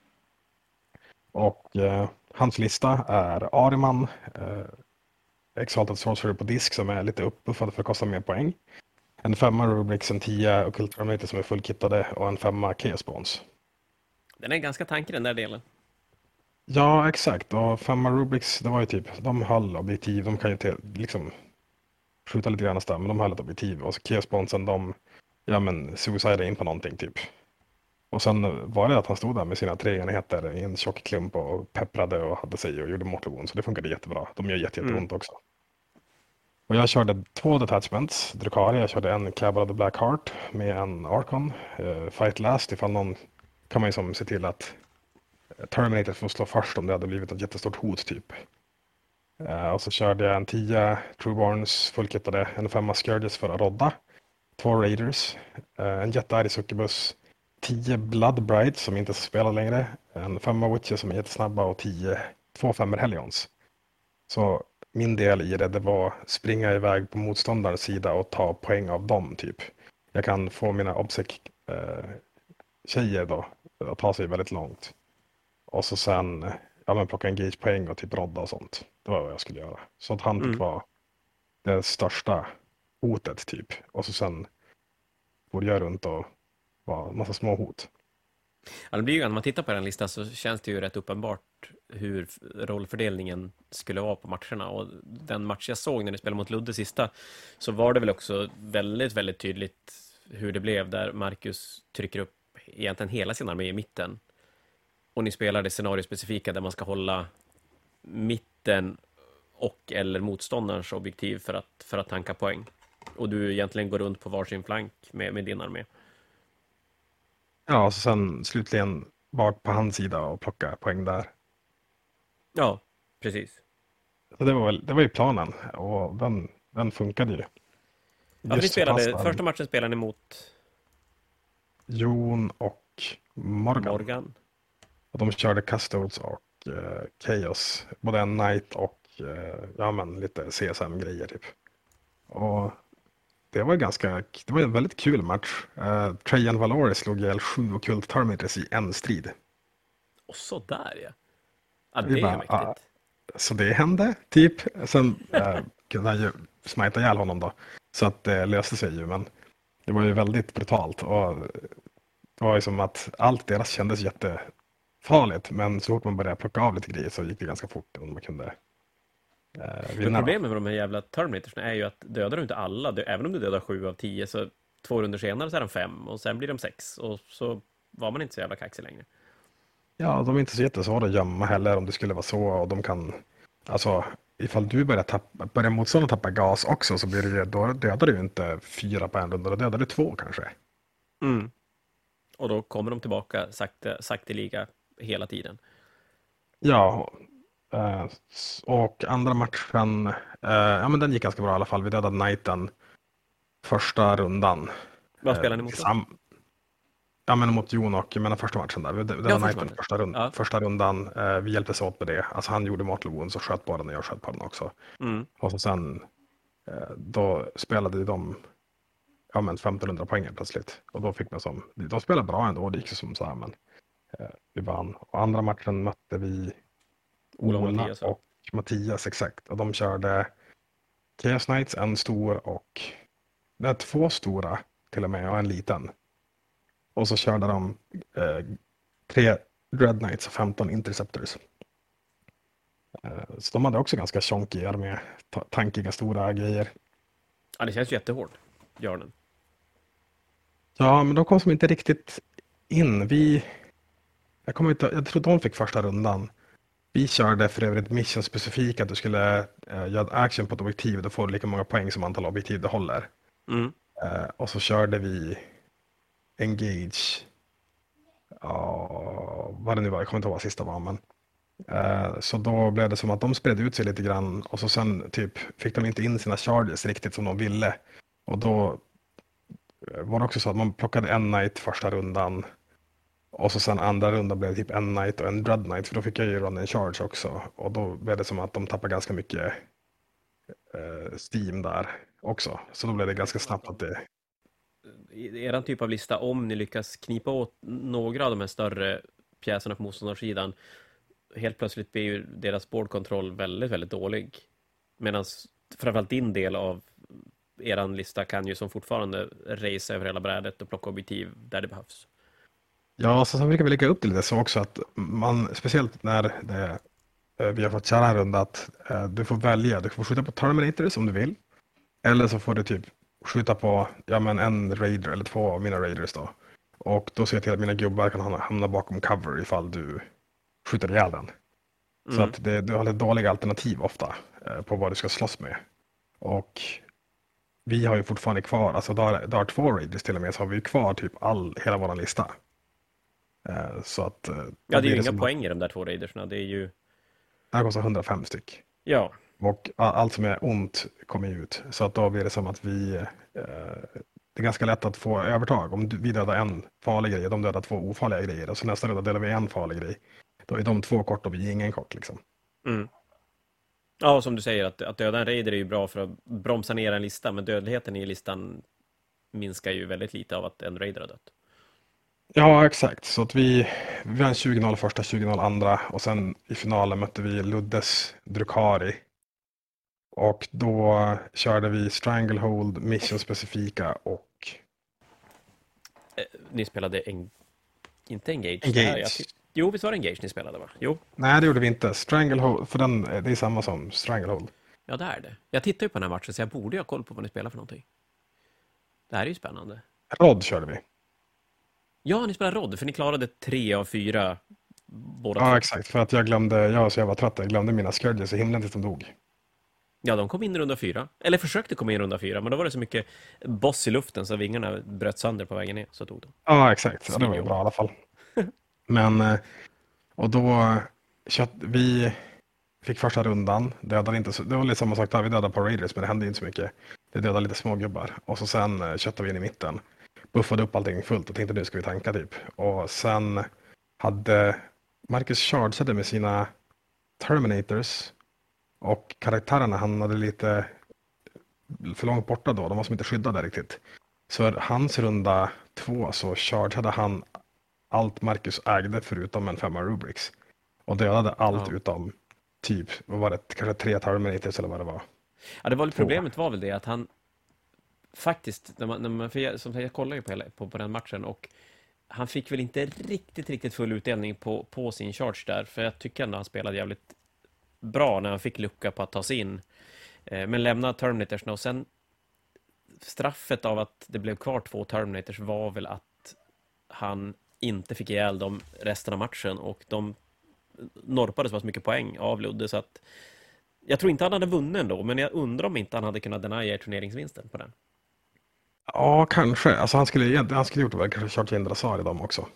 Och hans lista är Ariman, Exalted Sorcerer på disk som är lite uppbuffad för att kosta mer poäng. En 5 Rubrics, en 10 Occult Terminator som är fullkittade och en 5 Chaos Bones. Den är ganska tankig den där delen. Ja, exakt. Och 5 Rubrics, det var ju typ, de höll objektiv, de kan ju liksom skjuta lite grann där, men de höll ett objektiv. Och så Chaos Bonesen, de suicide in på någonting typ. Och sen var det att han stod där med sina 3 enheter i en tjock klump och pepprade och hade sig och gjorde Mortal Wounds. Så det funkade jättebra. De gör jätteont också. Och jag körde 2 detachments, Drukari. Jag körde en Cabal of the Black Heart med en Archon. Fight last, ifall någon kan man ju som se till att Terminator får slå först om det hade blivit ett jättestort hot typ. Och så körde jag en 10 Trueborns fullkittade, en 5 Scourges för att rodda. 2 Raiders, en Jedi Succubus, 10 Blood Brides som inte spelar längre, en 5 Witches som är jättesnabba och 2 5 Hellions. Så min del i det var att springa iväg på motståndarens sida och ta poäng av dem typ. Jag kan få mina obsec-tjejer då att ta sig väldigt långt. Och så sen plocka engage-poäng och typ rodda och sånt. Det var vad jag skulle göra. Så att han fick vara det största hotet typ. Och så sen borde jag runt och vara en massa små hot. Ja, det blir ju, när man tittar på den listan så känns det ju rätt uppenbart hur rollfördelningen skulle vara på matcherna. Och den match jag såg när ni spelade mot Ludde sista, så var det väl också väldigt, väldigt tydligt hur det blev, där Marcus trycker upp egentligen hela sin armé i mitten. Och ni spelar det scenariospecifika där man ska hålla mitten och eller motståndarens objektiv för att tanka poäng. Och du egentligen går runt på varsin flank med din armé. Ja, och så sen slutligen bak på hans sida och plocka poäng där. Ja, precis. Så det var ju planen, och den funkade ju. Ja, ni första matchen spelade ni mot Jon och Morgan. Och de körde Custodes och Chaos. Både en Knight och lite CSM-grejer typ. Och det var en väldigt kul match. Trajan Valori slog ihjäl 7 Occult Terminators i en strid. Och så där ja. Ja, Vi det är bara, mäktigt. så det hände, typ. Sen kunde han ju smita ihjäl honom då. Så att det löste sig ju, men det var ju väldigt brutalt. Och det var ju som att allt deras kändes jättefarligt, men så fort man började plocka av lite grejer så gick det ganska fort och man kunde Men vinna. problemet med de här jävla Terminators är ju att dödar du inte alla, även om du dödar 7 av 10, så 2 runder senare så är de 5 och sen blir de 6 och så var man inte så jävla kaxig längre. Ja, de är inte så jättesvåra att gömma heller om det skulle vara så. Och de kan, alltså, ifall du börjar motståndaren tappa gas också så blir det, då dödar du inte 4 på en runda, då dödar du 2 kanske. Mm. Och då kommer de tillbaka sakteliga hela tiden. Ja, och andra matchen, ja men den gick ganska bra i alla fall. Vi dödade Knighten första rundan. Vad spelar ni mot då? Ja, men mot Jon och jag menar första matchen där. Vi dödade Knighten första rundan. Vi hjälptes åt med det. Alltså han gjorde mortal wounds och sköt på den och jag sköt på den också. Mm. Och så sen då spelade de 1500 poäng plötsligt. Och då fick man de spelade bra ändå, det gick som så här, men vi vann. Och andra matchen mötte vi Ola och Mattias, exakt. Och de körde Chaos Knights, en stor och 2 stora till och med och en liten. Och så körde de 3 Dread Knights och 15 Interceptors. Så de hade också ganska chonky armé, tankiga stora grejer. Ja, det känns jättehårt, gör den. Ja, men de kom som inte riktigt in. Jag tror de fick första rundan. Vi körde för övrigt mission specifik att du skulle göra action på ett objektiv. Då får du lika många poäng som antal objektiv du håller. Mm. Och så körde vi engage. Vad det nu var, jag kommer inte ihåg vad sista var. Men, så då blev det som att de spred ut sig lite grann. Och så sen typ fick de inte in sina charges riktigt som de ville. Och då var det också så att man plockade en knight första rundan. Och så sen andra rundan blev det typ en knight och en dread knight. För då fick jag ju run en charge också. Och då blev det som att de tappade ganska mycket steam där också. Så då blev det ganska snabbt att det... I er typ av lista, om ni lyckas knipa åt några av de här större pjäserna på motståndarsidan, helt plötsligt blir ju deras boardkontroll väldigt, väldigt dålig. Medan framförallt din del av eran lista kan ju som fortfarande racea över hela brädet och plocka objektiv där det behövs. Ja, så sen brukar vi lägga upp till det så också att man, speciellt när vi har fått köra en runda, att du får välja, du får skjuta på Terminators om du vill. Eller så får du typ skjuta på en raider eller 2 av mina raiders då. Och då ser jag till att mina gubbar kan hamna bakom cover ifall du skjuter ihjäl den. Så att du har ett dåliga alternativ ofta på vad du ska slåss med. Och vi har ju fortfarande kvar, alltså där har 2 raiders till och med, så har vi kvar typ hela vår lista. Så att... det är ju inga poäng i de där 2 raidersna, det är ju... Det här kostar 105 styck. Ja. Och allt som är ont kommer ut. Så att då blir det som att det är ganska lätt att få övertag. Om vi dödar en farlig grej, de dödar 2 ofarliga grejer. Och så nästa runda delar vi en farlig grej. Då är de 2 kort och vi är ingen kort liksom. Mm. Ja, och som du säger, att döda en raider är ju bra för att bromsa ner en lista. Men dödligheten i listan minskar ju väldigt lite av att en raider har dött. Ja, exakt. Så att vi vann 20-0 första, 20-0 andra. Och sen i finalen mötte vi Luddes Drukari. Och då körde vi Stranglehold, Mission specifika och... Ni spelade inte Engage? Engage. Jo, visst var det Engage ni spelade, va? Jo. Nej, det gjorde vi inte. Stranglehold, för det är samma som Stranglehold. Ja, det är det. Jag tittar ju på den här matchen så jag borde ha koll på vad ni spelar för någonting. Det här är ju spännande. Rod körde vi. Ja, ni spelar Rod, för ni klarade 3 av 4 båda. Ja, exakt. För att jag var trött. Jag glömde mina scourges i himlen tills de dog. Ja, de kom in i runda 4. Eller försökte komma in i runda 4, men då var det så mycket boss i luften så vingarna bröt sönder på vägen ner, så tog de. Ja, exakt. Ja, det var ju bra i alla fall. Men, och då vi fick första rundan. Det var lite samma sak där. Vi dödade på Raiders, men det hände inte så mycket. Det dödade lite smågubbar. Och så sen köttade vi in i mitten. Buffade upp allting fullt och tänkte nu ska vi tanka typ. Och sen hade Marcus chargeade med sina Terminators. Och karaktärerna hamnade lite för långt borta då. De var som inte skyddade riktigt. Så hans runda 2 så chargeade han allt Marcus ägde förutom en 5 Rubrics. Och dödade allt utom typ, vad var det, kanske 3 Terminators eller vad det var. Ja, det var väl, problemet var väl det att han faktiskt, som jag kollade ju på den matchen, och han fick väl inte riktigt full utdelning på sin charge där, för jag tycker ändå han spelade jävligt bra när han fick lucka på att ta sig in. Men lämnade Terminators, och sen straffet av att det blev kvar 2 Terminators var väl att han inte fick ihjäl dem resten av matchen, och de norpade så pass mycket poäng av Ludde, så att jag tror inte han hade vunnit ändå, men jag undrar om inte han hade kunnat denia turneringsvinsten på den. Ja, kanske. Alltså han skulle gjort det väl, kanske charge in Drazar i dem också.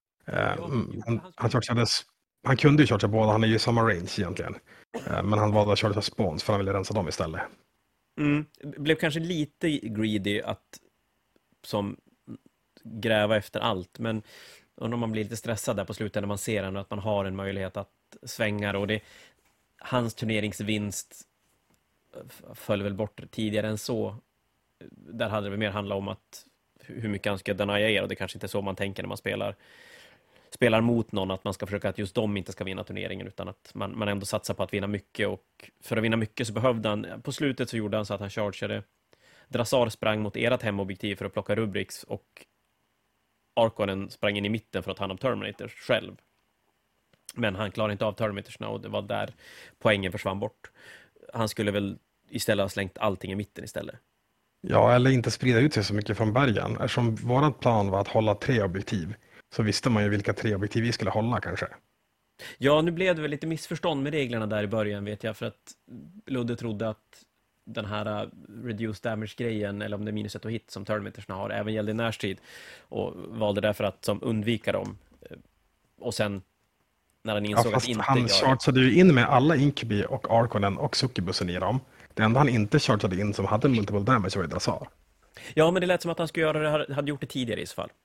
Han kunde ju chargea båda, han är ju i samma range egentligen. Men han valde att chargea spawns för han ville rensa dem istället. Blev kanske lite greedy att som gräva efter allt, men undrar om man blir lite stressad där på slutet när man ser att man har en möjlighet att svänga, och hans turneringsvinst föll väl bort tidigare än så. Där hade det väl mer handlat om att hur mycket han ska denia, och det kanske inte är så man tänker när man spelar mot någon, att man ska försöka att just de inte ska vinna turneringen, utan att man ändå satsar på att vinna mycket, och för att vinna mycket så behövde han, på slutet så gjorde han så att han chargeade. Drazar sprang mot ert hemobjektiv för att plocka Rubrics, och Arkonen sprang in i mitten för att ta hand om Terminators själv. Men han klarade inte av Terminatorsna, och det var där poängen försvann bort. Han skulle väl istället ha slängt allting i mitten istället. Ja, eller inte sprida ut sig så mycket från början. Eftersom våran plan var att hålla 3 objektiv, så visste man ju vilka 3 objektiv vi skulle hålla kanske. Ja, nu blev det väl lite missförstånd med reglerna där i början, vet jag, för att Ludde trodde att den här reduced damage-grejen, eller om det är minus 1 och hit som Terminatorsna har, även gällde i närstrid, och valde därför att som undvika dem. Och sen när han insåg att inte han chargeade ju in med alla Incubi och Arkonen och Succubusen i dem. Det enda han inte chargeade in som hade multiple damage var Drazar. Ja, men det lät som att han skulle göra det, hade gjort det tidigare i så fall.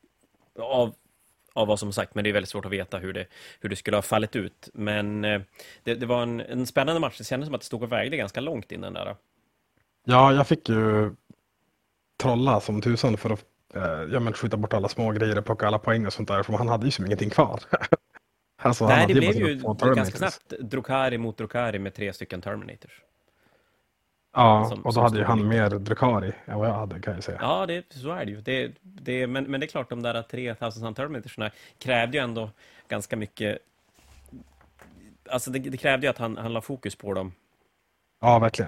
Av vad som sagt, men det är väldigt svårt att veta hur det skulle ha fallit ut. Men det var en spännande match. Det kändes som att det stod och vägde ganska långt innan där. Ja, jag fick ju trolla som tusan för att skjuta bort alla små grejer och plocka alla poäng och sånt där, för han hade ju som ingenting kvar. Alltså, nej, det blev ju ganska snabbt Drukhari mot Drukhari med 3 stycken Terminators. Ja, och då hade ju han mer Drukhari än vad jag hade, kan jag säga. Ja, så är det ju. Men det är klart, de där 3000 Terminatorsna krävde ju ändå ganska mycket. Alltså det krävde ju att han la fokus på dem. Ja, verkligen.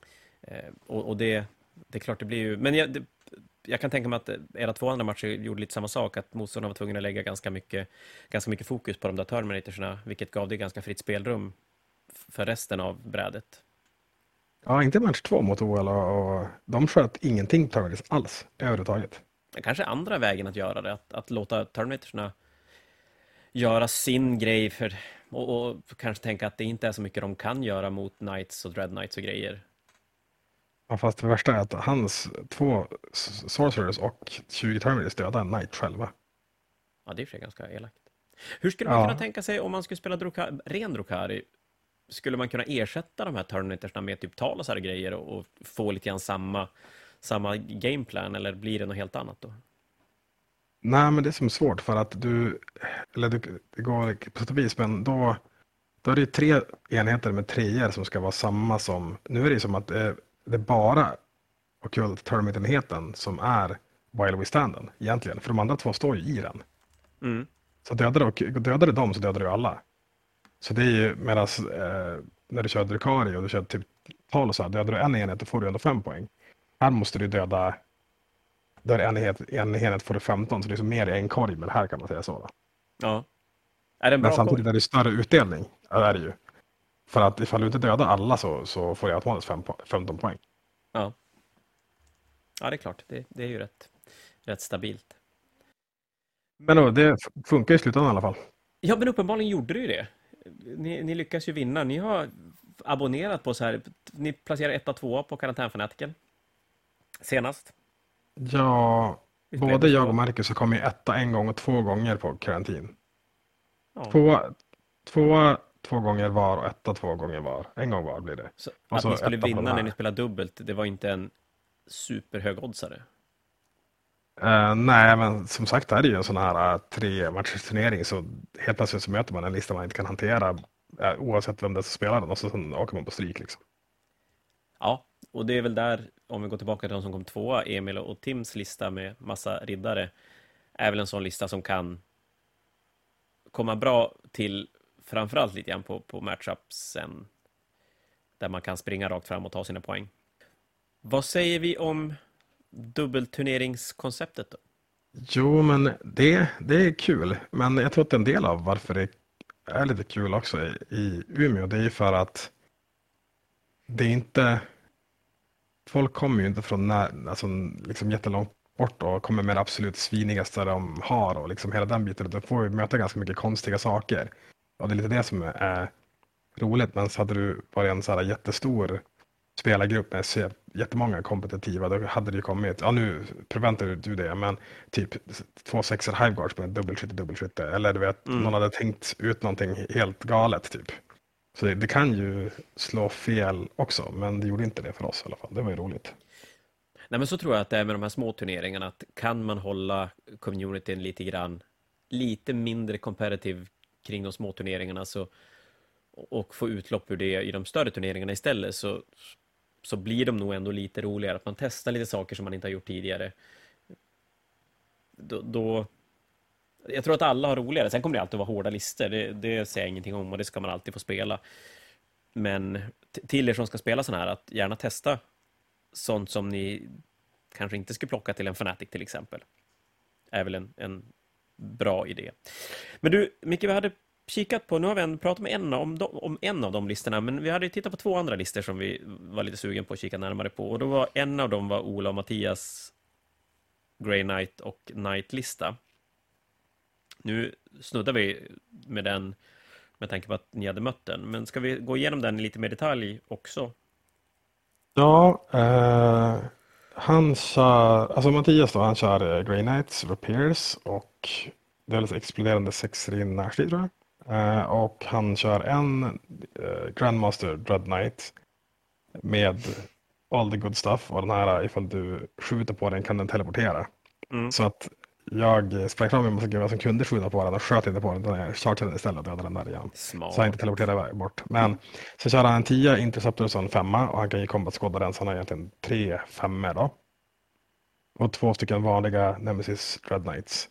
Och det är klart det blir ju. Men jag kan tänka mig att era 2 andra matcher gjorde lite samma sak, att motståndarna var tvungna att lägga ganska mycket fokus på de där Terminatorsna, vilket gav det ganska fritt spelrum för resten av brädet. Ja, inte match 2 mot OL, och de sköt ingenting Terminators alls överhuvudtaget. Det kanske är andra vägen att göra det, att låta Terminatorsna göra sin grej och kanske tänka att det inte är så mycket de kan göra mot Knights och Dread Knights och grejer. Ja, fast det värsta är att hans 2 Sorcerers och 20 Terminators dödade en Knight själva. Ja, det är ganska elakt. Hur skulle man kunna tänka sig om man skulle spela ren Drukhari? Skulle man kunna ersätta de här Terminatorsna med typ tal och så här grejer och få lite grann samma gameplan, eller blir det något helt annat då? Nej, men det är som svårt, för att det går på sätt och vis, men då är det 3 enheter med 3 som ska vara samma som, nu är det som att det är bara Ockult Terminator-enheten som är While We Standen egentligen, för de andra 2 står ju i den. Så dödar du dem så dödar du alla. Så det är ju medan när du kör Drukhari och du kör typ tal och så här, dödar du en enhet då får du ändå 5 poäng. Här måste du döda en enhet får du 15, så det är så mer i en korg, men här kan man säga så då. Ja. Är det en bra men samtidigt är det större utdelning, är det ju. För att ifall du inte dödar alla så får du automatiskt 15 poäng. Ja. Ja, det är klart. Det är ju rätt stabilt. Men då, det funkar i slutändan i alla fall. Ja, men uppenbarligen gjorde det ju det. Ni lyckas ju vinna. Ni har abonnerat på så här. Ni placerar 1 och 2 på karantänfanatiken. Senast. Ja, både jag och Marcus har kommit 1 en gång och 2 gånger på karantin. Ja. Två 2 gånger var och etta 2 gånger var. En gång var blir det. Så Och att så ni skulle etta på vinna den när här. ni spelar dubbelt, det var inte en superhögoddsare? Nej, men som sagt det är det ju en sån här 3-matchers turnering, så helt plötsligt så möter man en lista man inte kan hantera oavsett vem det är som spelar den, och så sen åker man på stryk liksom. Ja, och det är väl där, om vi går tillbaka till de som kom tvåa, Emil och Tims lista med massa riddare, är väl en sån lista som kan komma bra till, framförallt lite grann på matchupsen, där man kan springa rakt fram och ta sina poäng. Vad säger vi om dubbelturneringskonceptet då? Jo, men det är kul. Men jag tror att en del av varför det är lite kul också i Umeå, det är ju för att det är inte... Folk kommer ju inte från alltså, liksom jättelångt bort och kommer med det absolut svinigaste de har och liksom hela den biten. Då får vi möta ganska mycket konstiga saker. Och det är lite det som är roligt. Men så hade du varit en så här jättestor spelargrupp med jättemånga kompetitiva, då hade det ju kommit, ja nu förväntar du det, men typ 2 sexer hiveguards med dubbelskytte, eller du vet, någon hade tänkt ut någonting helt galet typ. Så det kan ju slå fel också, men det gjorde inte det för oss i alla fall. Det var ju roligt. Nej, men så tror jag att det är med de här små turneringarna, att kan man hålla communityn lite mindre competitive kring de små turneringarna, så, och få utlopp ur det i de större turneringarna istället, så blir de nog ändå lite roligare. Att man testar lite saker som man inte har gjort tidigare. Då jag tror att alla har roligare. Sen kommer det alltid vara hårda listor. Det säger jag ingenting om, och det ska man alltid få spela. Men till er som ska spela sån här, att gärna testa sånt som ni kanske inte skulle plocka till en Fnatic till exempel. Är väl en bra idé. Men du, Micke, vi hade kikat på, nu har vi pratat med om en av de listorna, men vi hade tittat på 2 andra listor som vi var lite sugen på att kika närmare på, och då var en av dem var Ola och Mattias Grey Knight och Knight-lista. Nu snuddar vi med den med tanke på att ni hade mött den, men ska vi gå igenom den lite mer detalj också? Ja, han kör, alltså Mattias då, han kör Grey Knights, Repairs och det är lite exploderande sexer i närstrid tror jag. Och han kör en Grandmaster Dread Knight med all the good stuff, och den här, ifall du skjuter på den kan den teleportera. Så att jag sprang fram med en massa gubbar som kunde skjuta på den och sköt inte på den, utan jag chargade den istället och dödade den där igen. Smart. Så jag inte teleporterade bort. Men så kör han en 10 Interceptors och en 5, och han kan ju combat skåda den, så han har egentligen 3 5 då. Och 2 stycken vanliga Nemesis Dread Knights.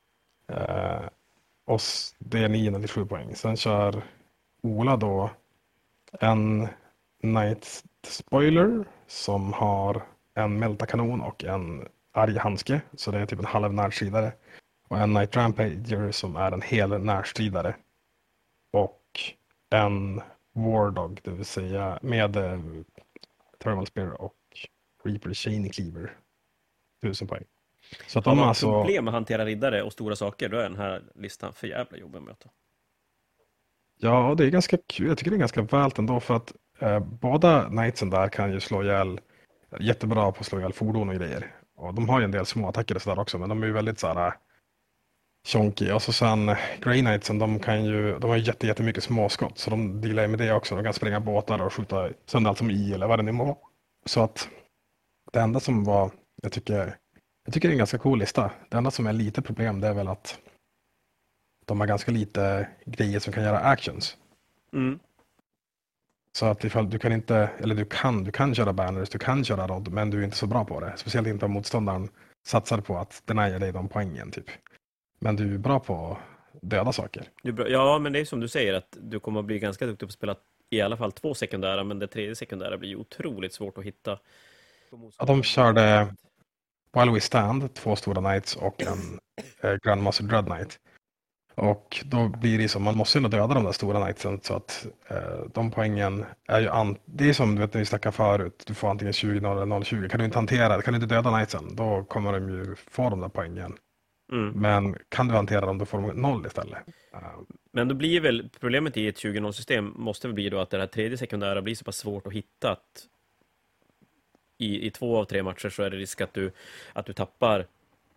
Och det är 997 poäng. Sen kör Ola då en Knight Spoiler som har en Melta-kanon och en arg handske, så det är typ en halv närstridare. Och en Knight Rampager som är en hel närstridare. Och en War Dog, det vill säga med Thermal Spear och Reaper Chain Cleaver. 1000 poäng. Så att Har de man alltså... problem att hantera riddare och stora saker, då är den här listan för jävla jobbig att möta. Ja, det är ganska kul. Jag tycker det är ganska vält ändå, för att båda Knightsen där kan ju slå ihjäl, jättebra på att slå ihjäl fordon och grejer. Och de har ju en del små attacker och sådär också, men de är ju väldigt såhär chonky. Och så sen Grey Knightsen, de har ju jättemycket småskott, så de dealar ju med det också. De kan spränga båtar och skjuta sönder allt som eller vad det nu må. Så att det enda som var, jag tycker det är en ganska cool lista. Det enda som är lite problem, det är väl att de har ganska lite grejer som kan göra actions. Så att ifall du kan inte, eller du kan köra banners, du kan köra rod, men du är inte så bra på det. Speciellt inte om motståndaren satsar på att denia dig de poängen typ. Men du är bra på att döda saker. Ja, men det är som du säger, att du kommer att bli ganska duktig på att spela i alla fall 2 sekundära, men det tredje sekundära blir ju otroligt svårt att hitta. Ja, de körde While We Stand, 2 stora knights och en Grandmaster Dread Knight. Och då blir det som, man måste ju döda de där stora knightsen, så att de poängen är ju, det är som du vet när vi snackade förut, du får antingen 20 eller 0,20. Kan du inte hantera det, kan du inte döda knightsen, då kommer de ju få de där poängen. Men kan du hantera dem, då får de 0 istället. Men då blir väl problemet i ett 20-0-system måste väl bli då att det här tredje sekundära blir så pass svårt att hitta att i 2 av 3 matcher så är det risk att du tappar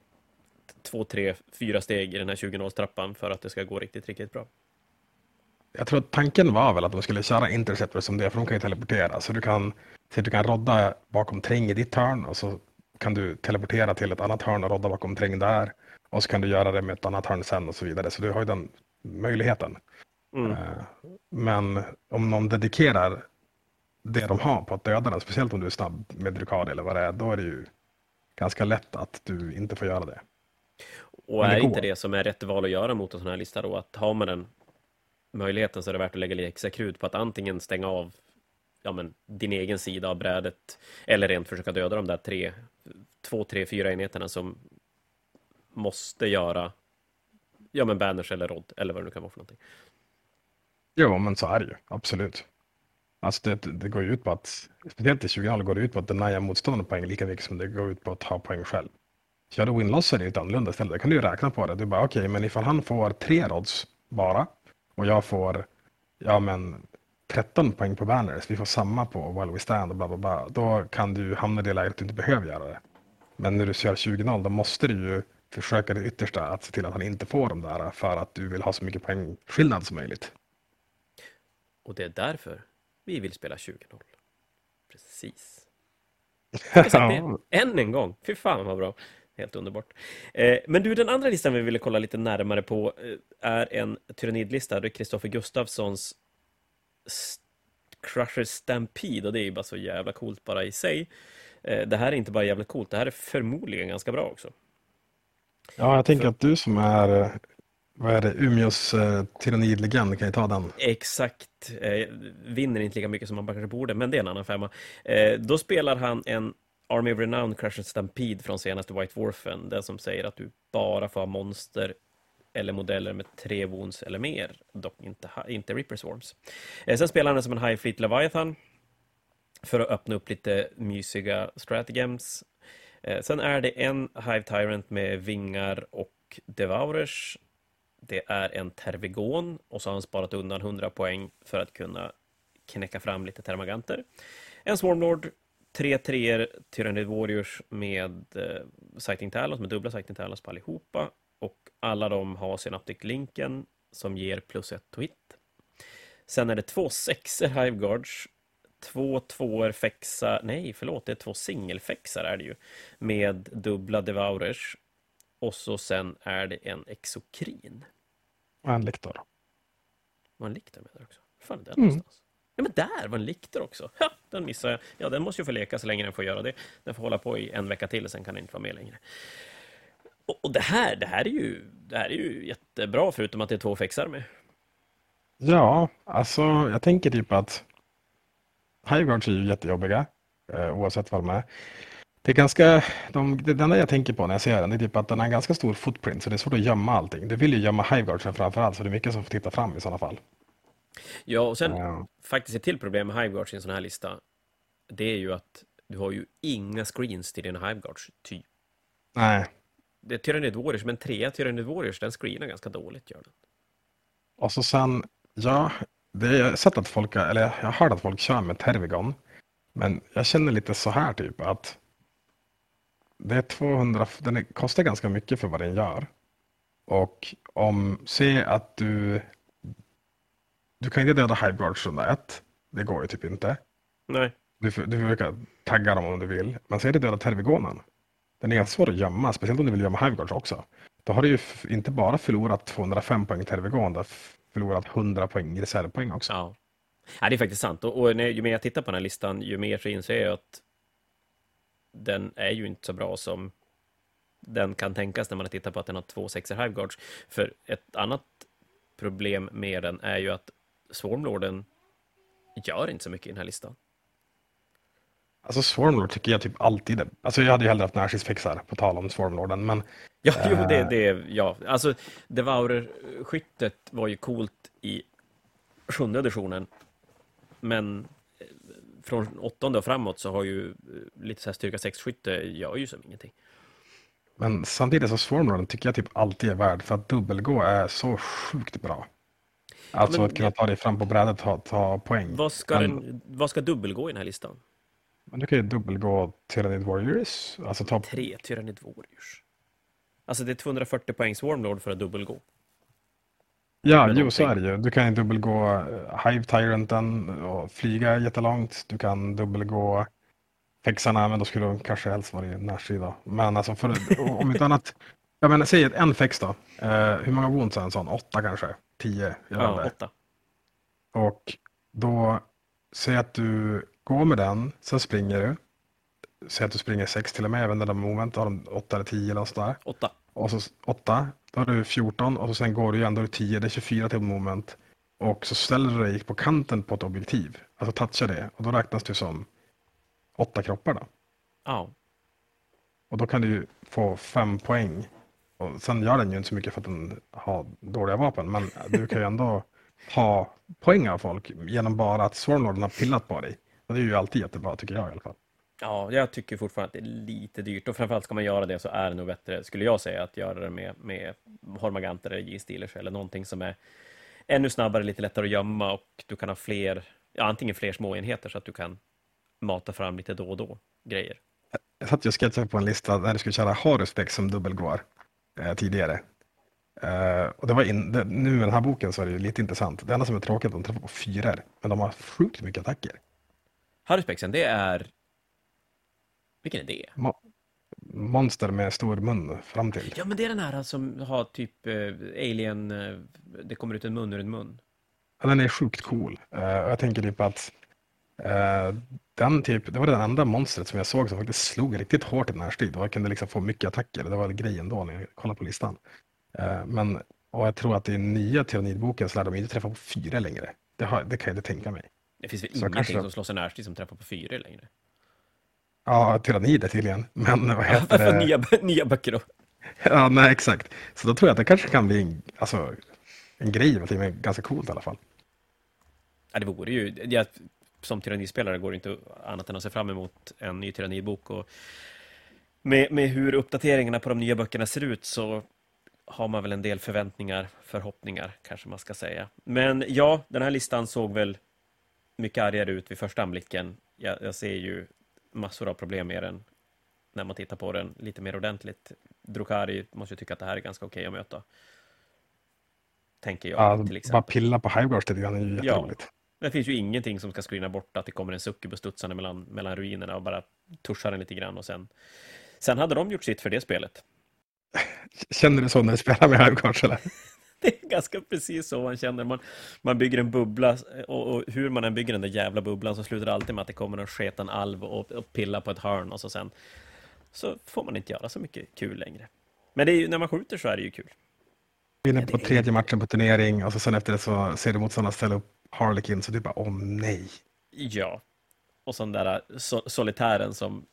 2, 3, 4 steg i den här 20-0-trappan för att det ska gå riktigt, riktigt bra. jag tror att tanken var väl att de skulle köra Interceptor som det, för de kan ju teleportera. Så du kan rodda bakom träng i ditt hörn och så kan du teleportera till ett annat hörn och rodda bakom träng där. Och så kan du göra det med ett annat hörn sen och så vidare. Så du har ju den möjligheten. Mm. Men om någon dedikerar det de har på att döda den, speciellt om du är snabb med Drukad eller vad det är, då är det ju ganska lätt att du inte får göra det. Och är inte det som är rätt val att göra mot en sån här lista då, att har man den möjligheten så är det värt att lägga lite extra krut på att antingen stänga av din egen sida av brädet eller rent försöka döda de där 2, 3, 4 enheterna som måste göra banners eller rodd eller vad det nu kan vara för någonting. Jo, men så är det ju, absolut. Alltså det går ju ut på att, speciellt i 20 går det ut på att denia motståndaren poäng lika mycket som det går ut på att ta poäng själv. Kör du win-loss så är det lite annorlunda istället. Där kan du ju räkna på det. Du bara okej, men ifall han får 3 rods bara och jag får 13 poäng på banners, vi får samma på while we stand och bla bla bla, då kan du hamna i det läget att du inte behöver göra det. Men när du kör 20-0 då måste du ju försöka det yttersta att se till att han inte får dem där för att du vill ha så mycket poängskillnad som möjligt. Och det är därför vi vill spela 20-0. Precis. Jag ska säga det än en gång. Fy fan vad bra. Helt underbart. Men du, den andra listan vi ville kolla lite närmare på är en tyrannidlista. Det är Kristoffer Gustafssons Crusher Stampede, och det är ju bara så jävla coolt bara i sig. Det här är inte bara jävla coolt, det här är förmodligen ganska bra också. Ja, jag tänker att du som är, vad är det, Umeås tyrannidlegend, kan ju ta den. Exakt, vinner inte lika mycket som man kanske borde, men det är en annan femma. Då spelar han en Army of Renown Crusher Stampede från senaste White Dwarfen, den som säger att du bara får ha monster eller modeller med 3 wounds eller mer, dock inte Reaper Swarms. Sen spelar han den som en High Fleet Leviathan för att öppna upp lite mysiga stratagems. Sen är det en Hive Tyrant med vingar och Devourers. Det är en Tervigon och så har han sparat undan 100 poäng för att kunna knäcka fram lite termaganter. En Swarmlord, 3 treor Tyrannid Warriors med Sighting Talons, med dubbla Sighting Talons på allihopa. Och alla de har Synaptic Linken som ger +1 to hit. Sen är det 2 sexer Hive Guards, 2 tvåor fexa, nej förlåt, det är 2 singelfexar är det ju, med dubbla Devourers. Och så sen är det en Exokrin. Och en Liktor. Var en Liktor med där också? Fan är den någonstans? Ja, men där var en Liktor också. Ja, den missar jag. Ja, den måste ju få leka så länge den får göra det. Den får hålla på i en vecka till, sen kan den inte vara med längre. Och det här är ju jättebra, förutom att det är 2 fexar med. Ja, alltså jag tänker typ att Hiveguards är ju jättejobbiga, oavsett vad de är. Det är ganska, det enda jag tänker på när jag ser den är typ att den har en ganska stor footprint, så det är svårt att gömma allting. Du vill ju gömma Hiveguardsen framförallt, så det är mycket som får titta fram i sådana fall. Ja, och sen faktiskt ett till problem med Hiveguards i en sån här lista, det är ju att du har ju inga screens till dina Hiveguards typ. Nej. Det är Tyrannid Warriors, men 3 Tyrannid Warriors, den screenar ganska dåligt, gör den. Och så sen, ja, det är, jag har sett att folk, eller jag har hört att folk kör med Tervigon, men jag känner lite så här typ att det är 200, den kostar ganska mycket för vad den gör. Och se att du kan inte döda Hiveguards runda 1, det går ju typ inte. Nej. Du försöka tagga dem om du vill, men se att du döda Tervigonen. Den är ganska svår att gömma, speciellt om du vill gömma Hiveguards också. Då har du ju inte bara förlorat 205 poäng Tervigon, du har förlorat 100 poäng i reservpoäng också. Ja, det är faktiskt sant. Och ju mer jag tittar på den här listan, ju mer så inser jag att den är ju inte så bra som den kan tänkas när man tittar på att den har 2 sexer Hiveguards. För ett annat problem med den är ju att Swarmlorden gör inte så mycket i den här listan. Alltså Swarmlord tycker jag typ alltid. Alltså jag hade ju hellre haft Nashis-fixar på tal om Swarmlorden, men... Ja, ja. Alltså, Devourer-skyttet var ju coolt i 7:e editionen, men från 8:e och framåt så har ju lite så här styrka 6-skytte gör ju som ingenting. Men samtidigt så Swarmlorden tycker jag typ alltid är värd, för att dubbelgå är så sjukt bra. Alltså att kunna ta dig fram på brädet och ta poäng. Vad ska dubbelgå i den här listan? Men du kan ju dubbelgå Tyrannid Warriors. Alltså 3 Tyrannid Warriors. Alltså det är 240 poäng Swarmlord för att dubbelgå. Ja, med jo så någonting. är det ju. Du kan ju dubbelgå Hive Tyrant'en och flyga jättelångt. Du kan dubbelgå fexarna, men då skulle de kanske helst vara i närsida. Men alltså, om inte annat, jag menar, säg en fex då. Hur många wounds är en sån? 8 kanske? 10? Jag vet Ja, inte. 8. Och då, säg att du går med den, sen springer du. Säg att du springer 6 till och med, även när de moment har de 8 eller 10 eller sådär. 8. Och så 8, då har du 14 och så sen går du igen, då är det 10, det är 24 till moment. Och så ställer du dig på kanten på ett objektiv, alltså touchar det, och då räknas det som 8 kroppar då. Ja. Och då kan du ju få 5 poäng. Och sen gör den ju inte så mycket för att den har dåliga vapen, men du kan ju ändå ha poäng av folk genom bara att Swarmlorden har pillat på dig. Och det är ju alltid jättebra, tycker jag i alla fall. Ja, jag tycker fortfarande att det är lite dyrt. Och framförallt ska man göra det så är det nog bättre, skulle jag säga, att göra det med Hormaganter eller G-Stealers eller någonting som är ännu snabbare, lite lättare att gömma och du kan ha fler, ja, antingen fler små enheter så att du kan mata fram lite då och då grejer. Jag satt ju och sketchade på en lista där du skulle köra Haruspex som dubbelgår tidigare. Och det var nu med den här boken så är det ju lite intressant. Det enda som är tråkigt är att de träffar på 4, men de har sjukt mycket attacker. Harryspexen, det är... Vilken är det? Monster med stor mun fram till. Ja, men det är den här som har typ alien... det kommer ut en mun ur en mun. Ja, den är sjukt cool. Och jag tänker typ att det var den enda monstret som jag såg som faktiskt slog riktigt hårt i närstrid. Och jag kunde liksom få mycket attacker. Det var grejen då när jag kollade på listan. Och jag tror att i nya Tyrannidboken så lär de inte träffa på 4 längre. Det kan jag inte tänka mig. Det finns väl Så ingenting kanske... som slåss i närstrid som träffar på 4 längre. Ja, Tyrannider tydligen. Men vad heter det? nya böcker då. Ja, nej, exakt. Så då tror jag att det kanske kan bli en grej, men ganska coolt i alla fall. Ja, det vore ju... som tyrannispelare går det inte annat än att se fram emot en ny tyrannibok. Och med hur uppdateringarna på de nya böckerna ser ut så har man väl en del förväntningar, förhoppningar kanske man ska säga. Men ja, den här listan såg väl mycket argare ut vid första anblicken. Jag ser ju massor av problem med den när man tittar på den lite mer ordentligt. Drukhari måste ju tycka att det här är ganska okej att möta. Tänker jag till exempel. Bara pilla på Highguards lite grann är ju jätteroligt. Ja, det finns ju ingenting som ska screena bort att det kommer en succubus studsande mellan ruinerna och bara tuschar den lite grann och sen hade de gjort sitt för det spelet. Känner du så när du spelar med Highguards eller? Det är ganska precis så man känner. Man bygger en bubbla och hur man än bygger den där jävla bubblan så slutar det alltid med att det kommer en sketan alv och pilla på ett hörn och sen så får man inte göra så mycket kul längre. Men det är ju, när man skjuter så är det ju kul. Inne på tredje matchen på turnering och så sen efter det så ser du motståndarna ställa upp Harlequin så du bara, åh nej. Ja, och sån där solitären som...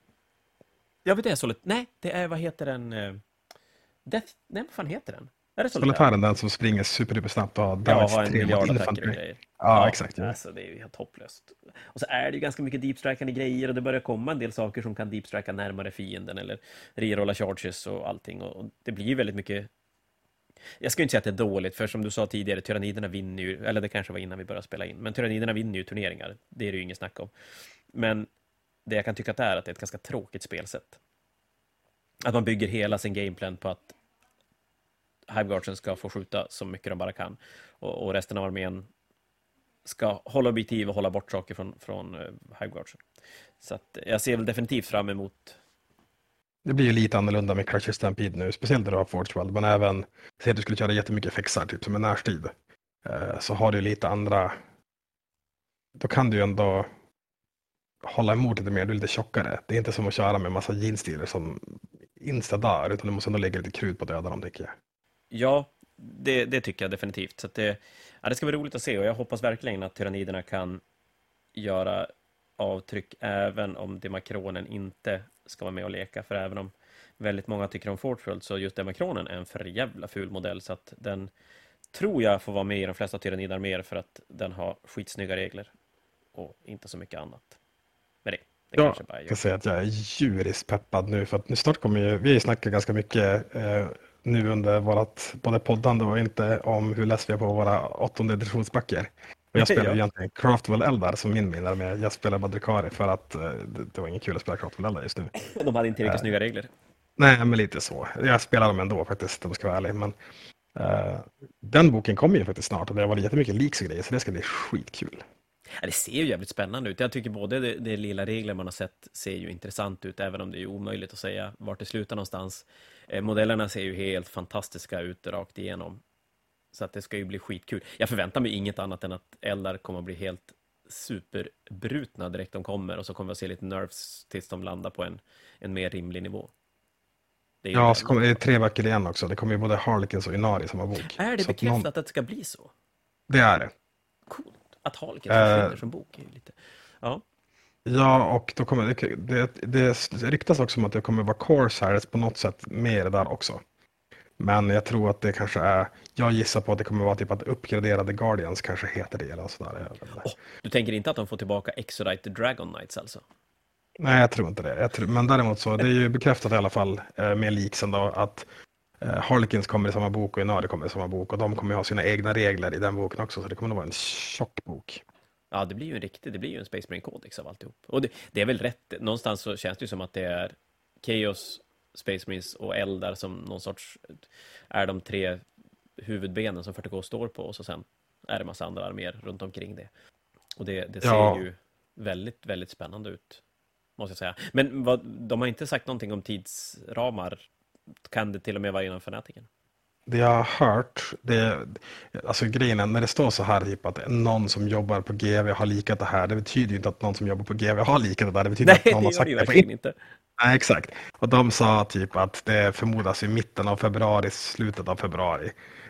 Jag vet inte, nej, det är, vad heter den? Nej, vad fan heter den? Är det solitären, den som springer superduper snabbt och har en miljard attacker och grejer. Ja, exakt. Ja. Alltså, det är ju helt hopplöst. Och så är det ju ganska mycket deepstrikande grejer och det börjar komma en del saker som kan deepstrika närmare fienden eller rerolla charges och allting. Och det blir ju väldigt mycket... Jag ska inte säga att det är dåligt, för som du sa tidigare, tyranniderna vinner ju, eller det kanske var innan vi började spela in, men tyranniderna vinner ju turneringar, det är det ju inget snack om. Men det jag kan tycka att det är ett ganska tråkigt spelsätt. Att man bygger hela sin gameplan på att Hiveguardsen ska få skjuta så mycket de bara kan, och resten av armén ska hålla objektiv och hålla bort saker från Hiveguardsen. Så att jag ser väl definitivt fram emot. Det blir ju lite annorlunda med Crush Stampede nu, speciellt när du har Forge World, men även säg att du skulle köra jättemycket fexar, typ som en närstrid, så har du lite andra, då kan du ju ändå hålla emot lite mer, du är lite tjockare. Det är inte som att köra med massa jeansstilar som insta dör, utan du måste ändå lägga lite krut på döda dem, tycker jag. Ja, det tycker jag definitivt. Så att det ska bli roligt att se, och jag hoppas verkligen att tyranniderna kan göra avtryck även om Demakronen inte ska vara med och leka, för även om väldigt många tycker om Fortworld så just Demakronen är en för jävla ful modell, så att den tror jag får vara med i de flesta tyrannidarméer för att den har skitsnygga regler och inte så mycket annat. Men det kanske bara jag kan säga att jag är djuriskt peppad nu, för att nu snart kommer vi snacka ganska mycket nu under vårat både poddande och inte om hur läs vi är på våra 8:e editionsböcker. Och jag spelar egentligen Craftwell Eldar som min minne med. Jag spelar Badrikari för att det var ingen kul att spela Craftwell Eldar just nu. De hade inte riktigt snygga regler. Nej, men lite så. Jag spelar dem ändå faktiskt, om jag ska vara ärlig. Men Den boken kommer ju faktiskt snart och det har varit jättemycket leaks och grejer, så det ska bli skitkul. Ja, det ser ju jävligt spännande ut. Jag tycker både det lilla regler man har sett ser ju intressant ut, även om det är omöjligt att säga vart det slutar någonstans. Modellerna ser ju helt fantastiska ut rakt igenom. Så att det ska ju bli skitkul. Jag förväntar mig inget annat än att Eldar kommer att bli helt superbrutna direkt de kommer, och så kommer vi att se lite nerfs tills de landar på en mer rimlig nivå. Ja, så kommer det 3 böcker igen också. Det kommer ju både Harlequins och Inari i samma bok. Är det så bekräftat att det ska bli så? Det är det. Coolt. Att Harlequins försvinner som bok är ju lite... Ja. Ja, och då kommer det ryktas också om att det kommer vara Corsairs på något sätt med det där också. Men jag tror att det kanske är... Jag gissar på att det kommer vara typ att uppgraderade Guardians kanske heter det eller sådär. Du tänker inte att de får tillbaka Exodite Dragon Knights alltså? Nej, jag tror inte det. Men däremot så, det är ju bekräftat i alla fall med leaksen då att Harlequins kommer i samma bok och Inari kommer i samma bok, och de kommer ha sina egna regler i den boken också, så det kommer nog vara en tjock bok. Ja, det blir ju en Space Marine Codex av alltihop. Och det är väl rätt, någonstans så känns det ju som att det är Chaos, Space Marines och Eldar som någon sorts är de 3 huvudbenen som 40K står på, och så sen är det massa andra arméer runt omkring det. Och det ser ju väldigt, väldigt spännande ut, måste jag säga. Men de har inte sagt någonting om tidsramar. Kan det till och med vara inom fanatiken? Det jag har hört, alltså grejen är, när det står så här typ att någon som jobbar på GV har likat det här, det betyder ju inte att någon som jobbar på GV har likat det där, det betyder att någon har sagt det verkligen inte. Nej, exakt. Och de sa typ att det förmodas i mitten av februari, slutet av februari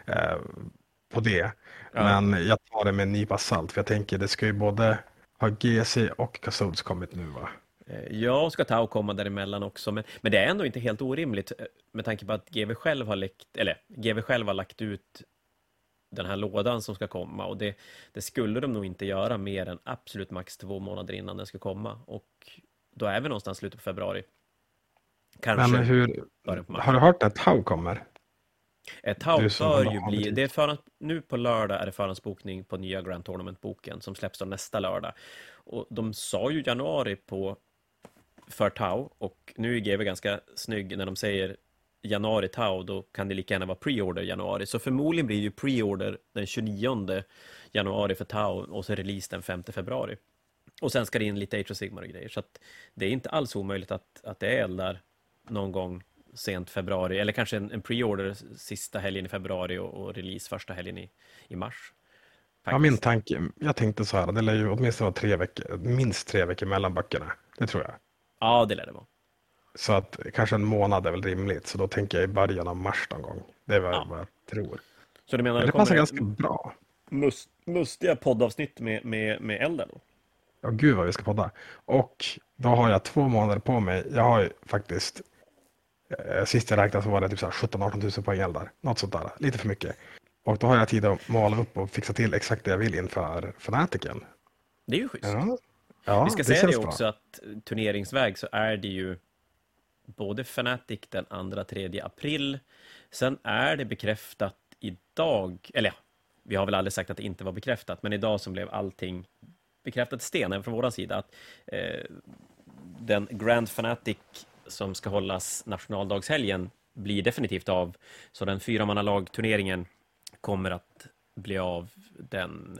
på det. Ja. Men jag tar det med en nypa salt, för jag tänker det ska ju både ha GC och Kassods kommit nu, va? Ja, ska Tau komma däremellan också, men det är ändå inte helt orimligt med tanke på att GV själv har lagt ut den här lådan som ska komma, och det skulle de nog inte göra mer än absolut max 2 månader innan den ska komma, och då är vi någonstans slutet på februari. Kanske. Men har du hört att Tau kommer? Tau bör ju bli, nu på lördag är det förhandsbokning på nya Grand Tournament-boken som släpps då nästa lördag, och de sa ju januari för Tau, och nu är GV ganska snygg när de säger januari Tau, då kan det lika gärna vara pre-order januari, så förmodligen blir ju pre-order den 29 januari för Tau, och så release den 5 februari, och sen ska det in lite Age of Sigmar och grejer, så att det är inte alls omöjligt att det är Eldar någon gång sent februari, eller kanske en pre-order sista helgen i februari och release första helgen i mars. Faktiskt. Ja, jag tänkte så här, det lär ju åtminstone vara 3 veckor, minst 3 veckor mellan böckerna, det tror jag. Ja, det lär det vara. Så att kanske en månad är väl rimligt, så då tänker jag i början av mars någon gång. Det är vad jag tror. Så du menar men det passar ganska bra. Mustiga poddavsnitt med Eldar då? Ja, gud vad vi ska podda. Och då har jag 2 månader på mig. Jag har ju faktiskt sist jag räknade så var det typ 17-18 000 poäng Eldar. Något sånt där, lite för mycket. Och då har jag tid att måla upp och fixa till exakt det jag vill inför fanatiken. Det är ju schysst. Ja, vi ska säga det också bra. Att turneringsväg så är det ju både Fnatic den 2-3 april. Sen är det bekräftat idag, eller vi har väl aldrig sagt att det inte var bekräftat, men idag som blev allting bekräftat stenen från våran sida att den Grand Fnatic som ska hållas nationaldagshelgen blir definitivt av, så den 4-mannalag-turneringen kommer att bli av den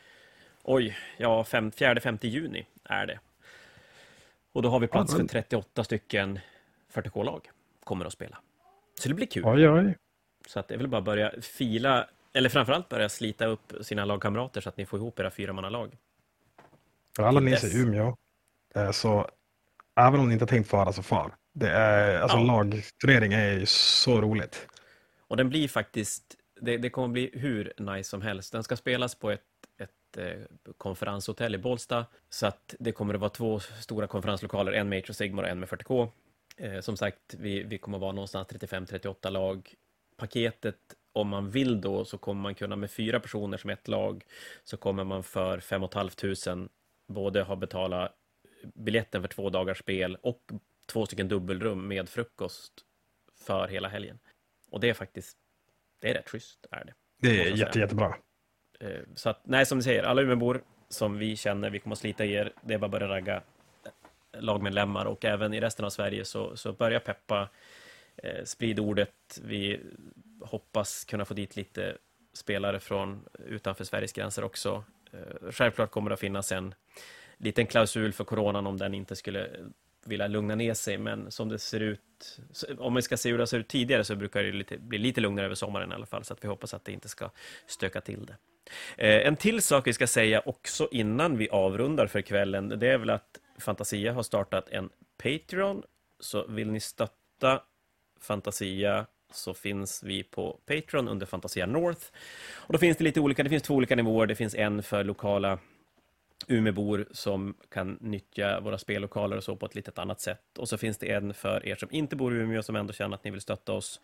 4-5 juni är det. Och då har vi plats för 38 stycken 40K-lag kommer att spela. Så det blir kul. Oj. Så att det är väl bara börja fila, eller framförallt börja slita upp sina lagkamrater så att ni får ihop era 4-mannalag. För alla ni är i Umeå, så även om ni inte har tänkt fara så far. Det är, alltså lagturnering är ju så roligt. Och den blir faktiskt, det kommer bli hur nice som helst. Den ska spelas på ett konferenshotell i Bålsta, så att det kommer att vara 2 stora konferenslokaler, en med Age of Sigmar och en med 40K. Som sagt, vi kommer att vara någonstans 35-38 lag. Paketet, om man vill då, så kommer man kunna med 4 personer som ett lag, så kommer man för 5 500 både ha betalat biljetten för 2 dagars spel och 2 stycken dubbelrum med frukost för hela helgen. Och det är faktiskt, det är rätt schysst, är det. Det är jättebra. Så att, nej, som ni säger, alla Umeåbor som vi känner, vi kommer att slita er, det är bara börja ragga lagmedlemmar, och även i resten av Sverige så börja peppa, sprid ordet. hoppas kunna få dit lite spelare från utanför Sveriges gränser också. Självklart kommer det att finnas en liten klausul för coronan om den inte skulle vilja lugna ner sig, men som det ser ut, om vi ska se hur det ser ut tidigare, så brukar det bli lite lugnare över sommaren i alla fall, så att vi hoppas att det inte ska stöka till det. En till sak vi ska säga också innan vi avrundar för kvällen, det är väl att Fantasia har startat en Patreon, så vill ni stötta Fantasia så finns vi på Patreon under Fantasia North. Och då finns det lite olika, det finns 2 olika nivåer. Det finns en för lokala Umebor som kan nyttja våra spellokaler och så på ett litet annat sätt. Och så finns det en för er som inte bor i Umeå som ändå känner att ni vill stötta oss.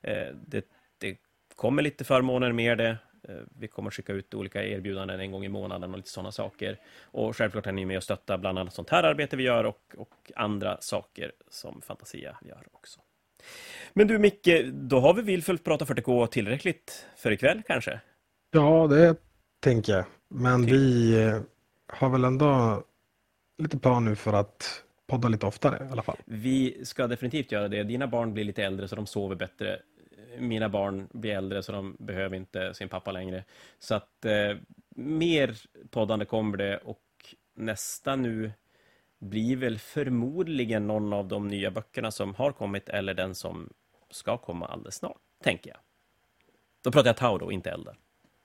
Det kommer lite förmåner med det. Vi kommer skicka ut olika erbjudanden en gång i månaden och lite sådana saker. Och självklart är ni med och stötta bland annat sånt här arbete vi gör och andra saker som Fantasia gör också. Men du Micke, då har vi Vilfullt prata 40K tillräckligt för ikväll kanske? Ja, det tänker jag. Men vi har väl ändå lite plan nu för att podda lite oftare i alla fall. Vi ska definitivt göra det. Dina barn blir lite äldre så de sover bättre. Mina barn blir äldre så de behöver inte sin pappa längre. Så att mer poddande kommer det, och nästa nu blir väl förmodligen någon av de nya böckerna som har kommit eller den som ska komma alldeles snart, tänker jag. Då pratar jag Tauro, inte Eldar.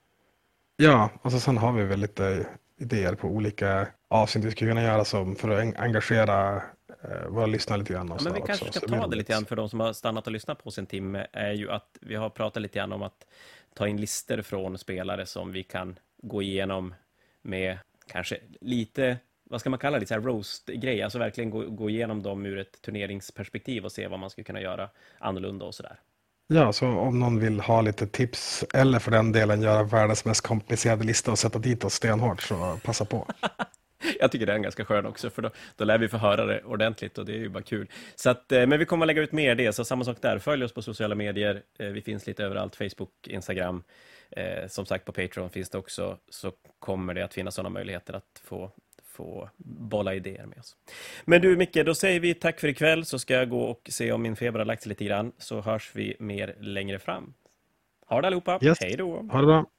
Ja, och så sen har vi väl lite idéer på olika avsnitt vi skulle kunna göra som för att engagera våra lyssnare lite grann. Ja, men vi kanske ska ta det lite grann för de som har stannat och lyssnat på sin timme, är ju att vi har pratat lite grann om att ta in lister från spelare som vi kan gå igenom med kanske lite, vad ska man kalla det, så här roast-grej, alltså verkligen gå igenom dem ur ett turneringsperspektiv och se vad man skulle kunna göra annorlunda och sådär. Ja, så om någon vill ha lite tips eller för den delen göra världens mest komplicerade lista och sätta dit oss stenhårt, så passa på. Jag tycker det är en ganska skön också, för då lär vi få höra det ordentligt och det är ju bara kul. Så att, men vi kommer att lägga ut mer det, så samma sak där. Följ oss på sociala medier, vi finns lite överallt, Facebook, Instagram. Som sagt på Patreon finns det också, så kommer det att finnas sådana möjligheter att få bolla idéer med oss. Men du Micke, då säger vi tack för ikväll, så ska jag gå och se om min feber har lagt sig lite grann, så hörs vi mer längre fram. Ha det allihopa, Yes. hej då! Ha det bra!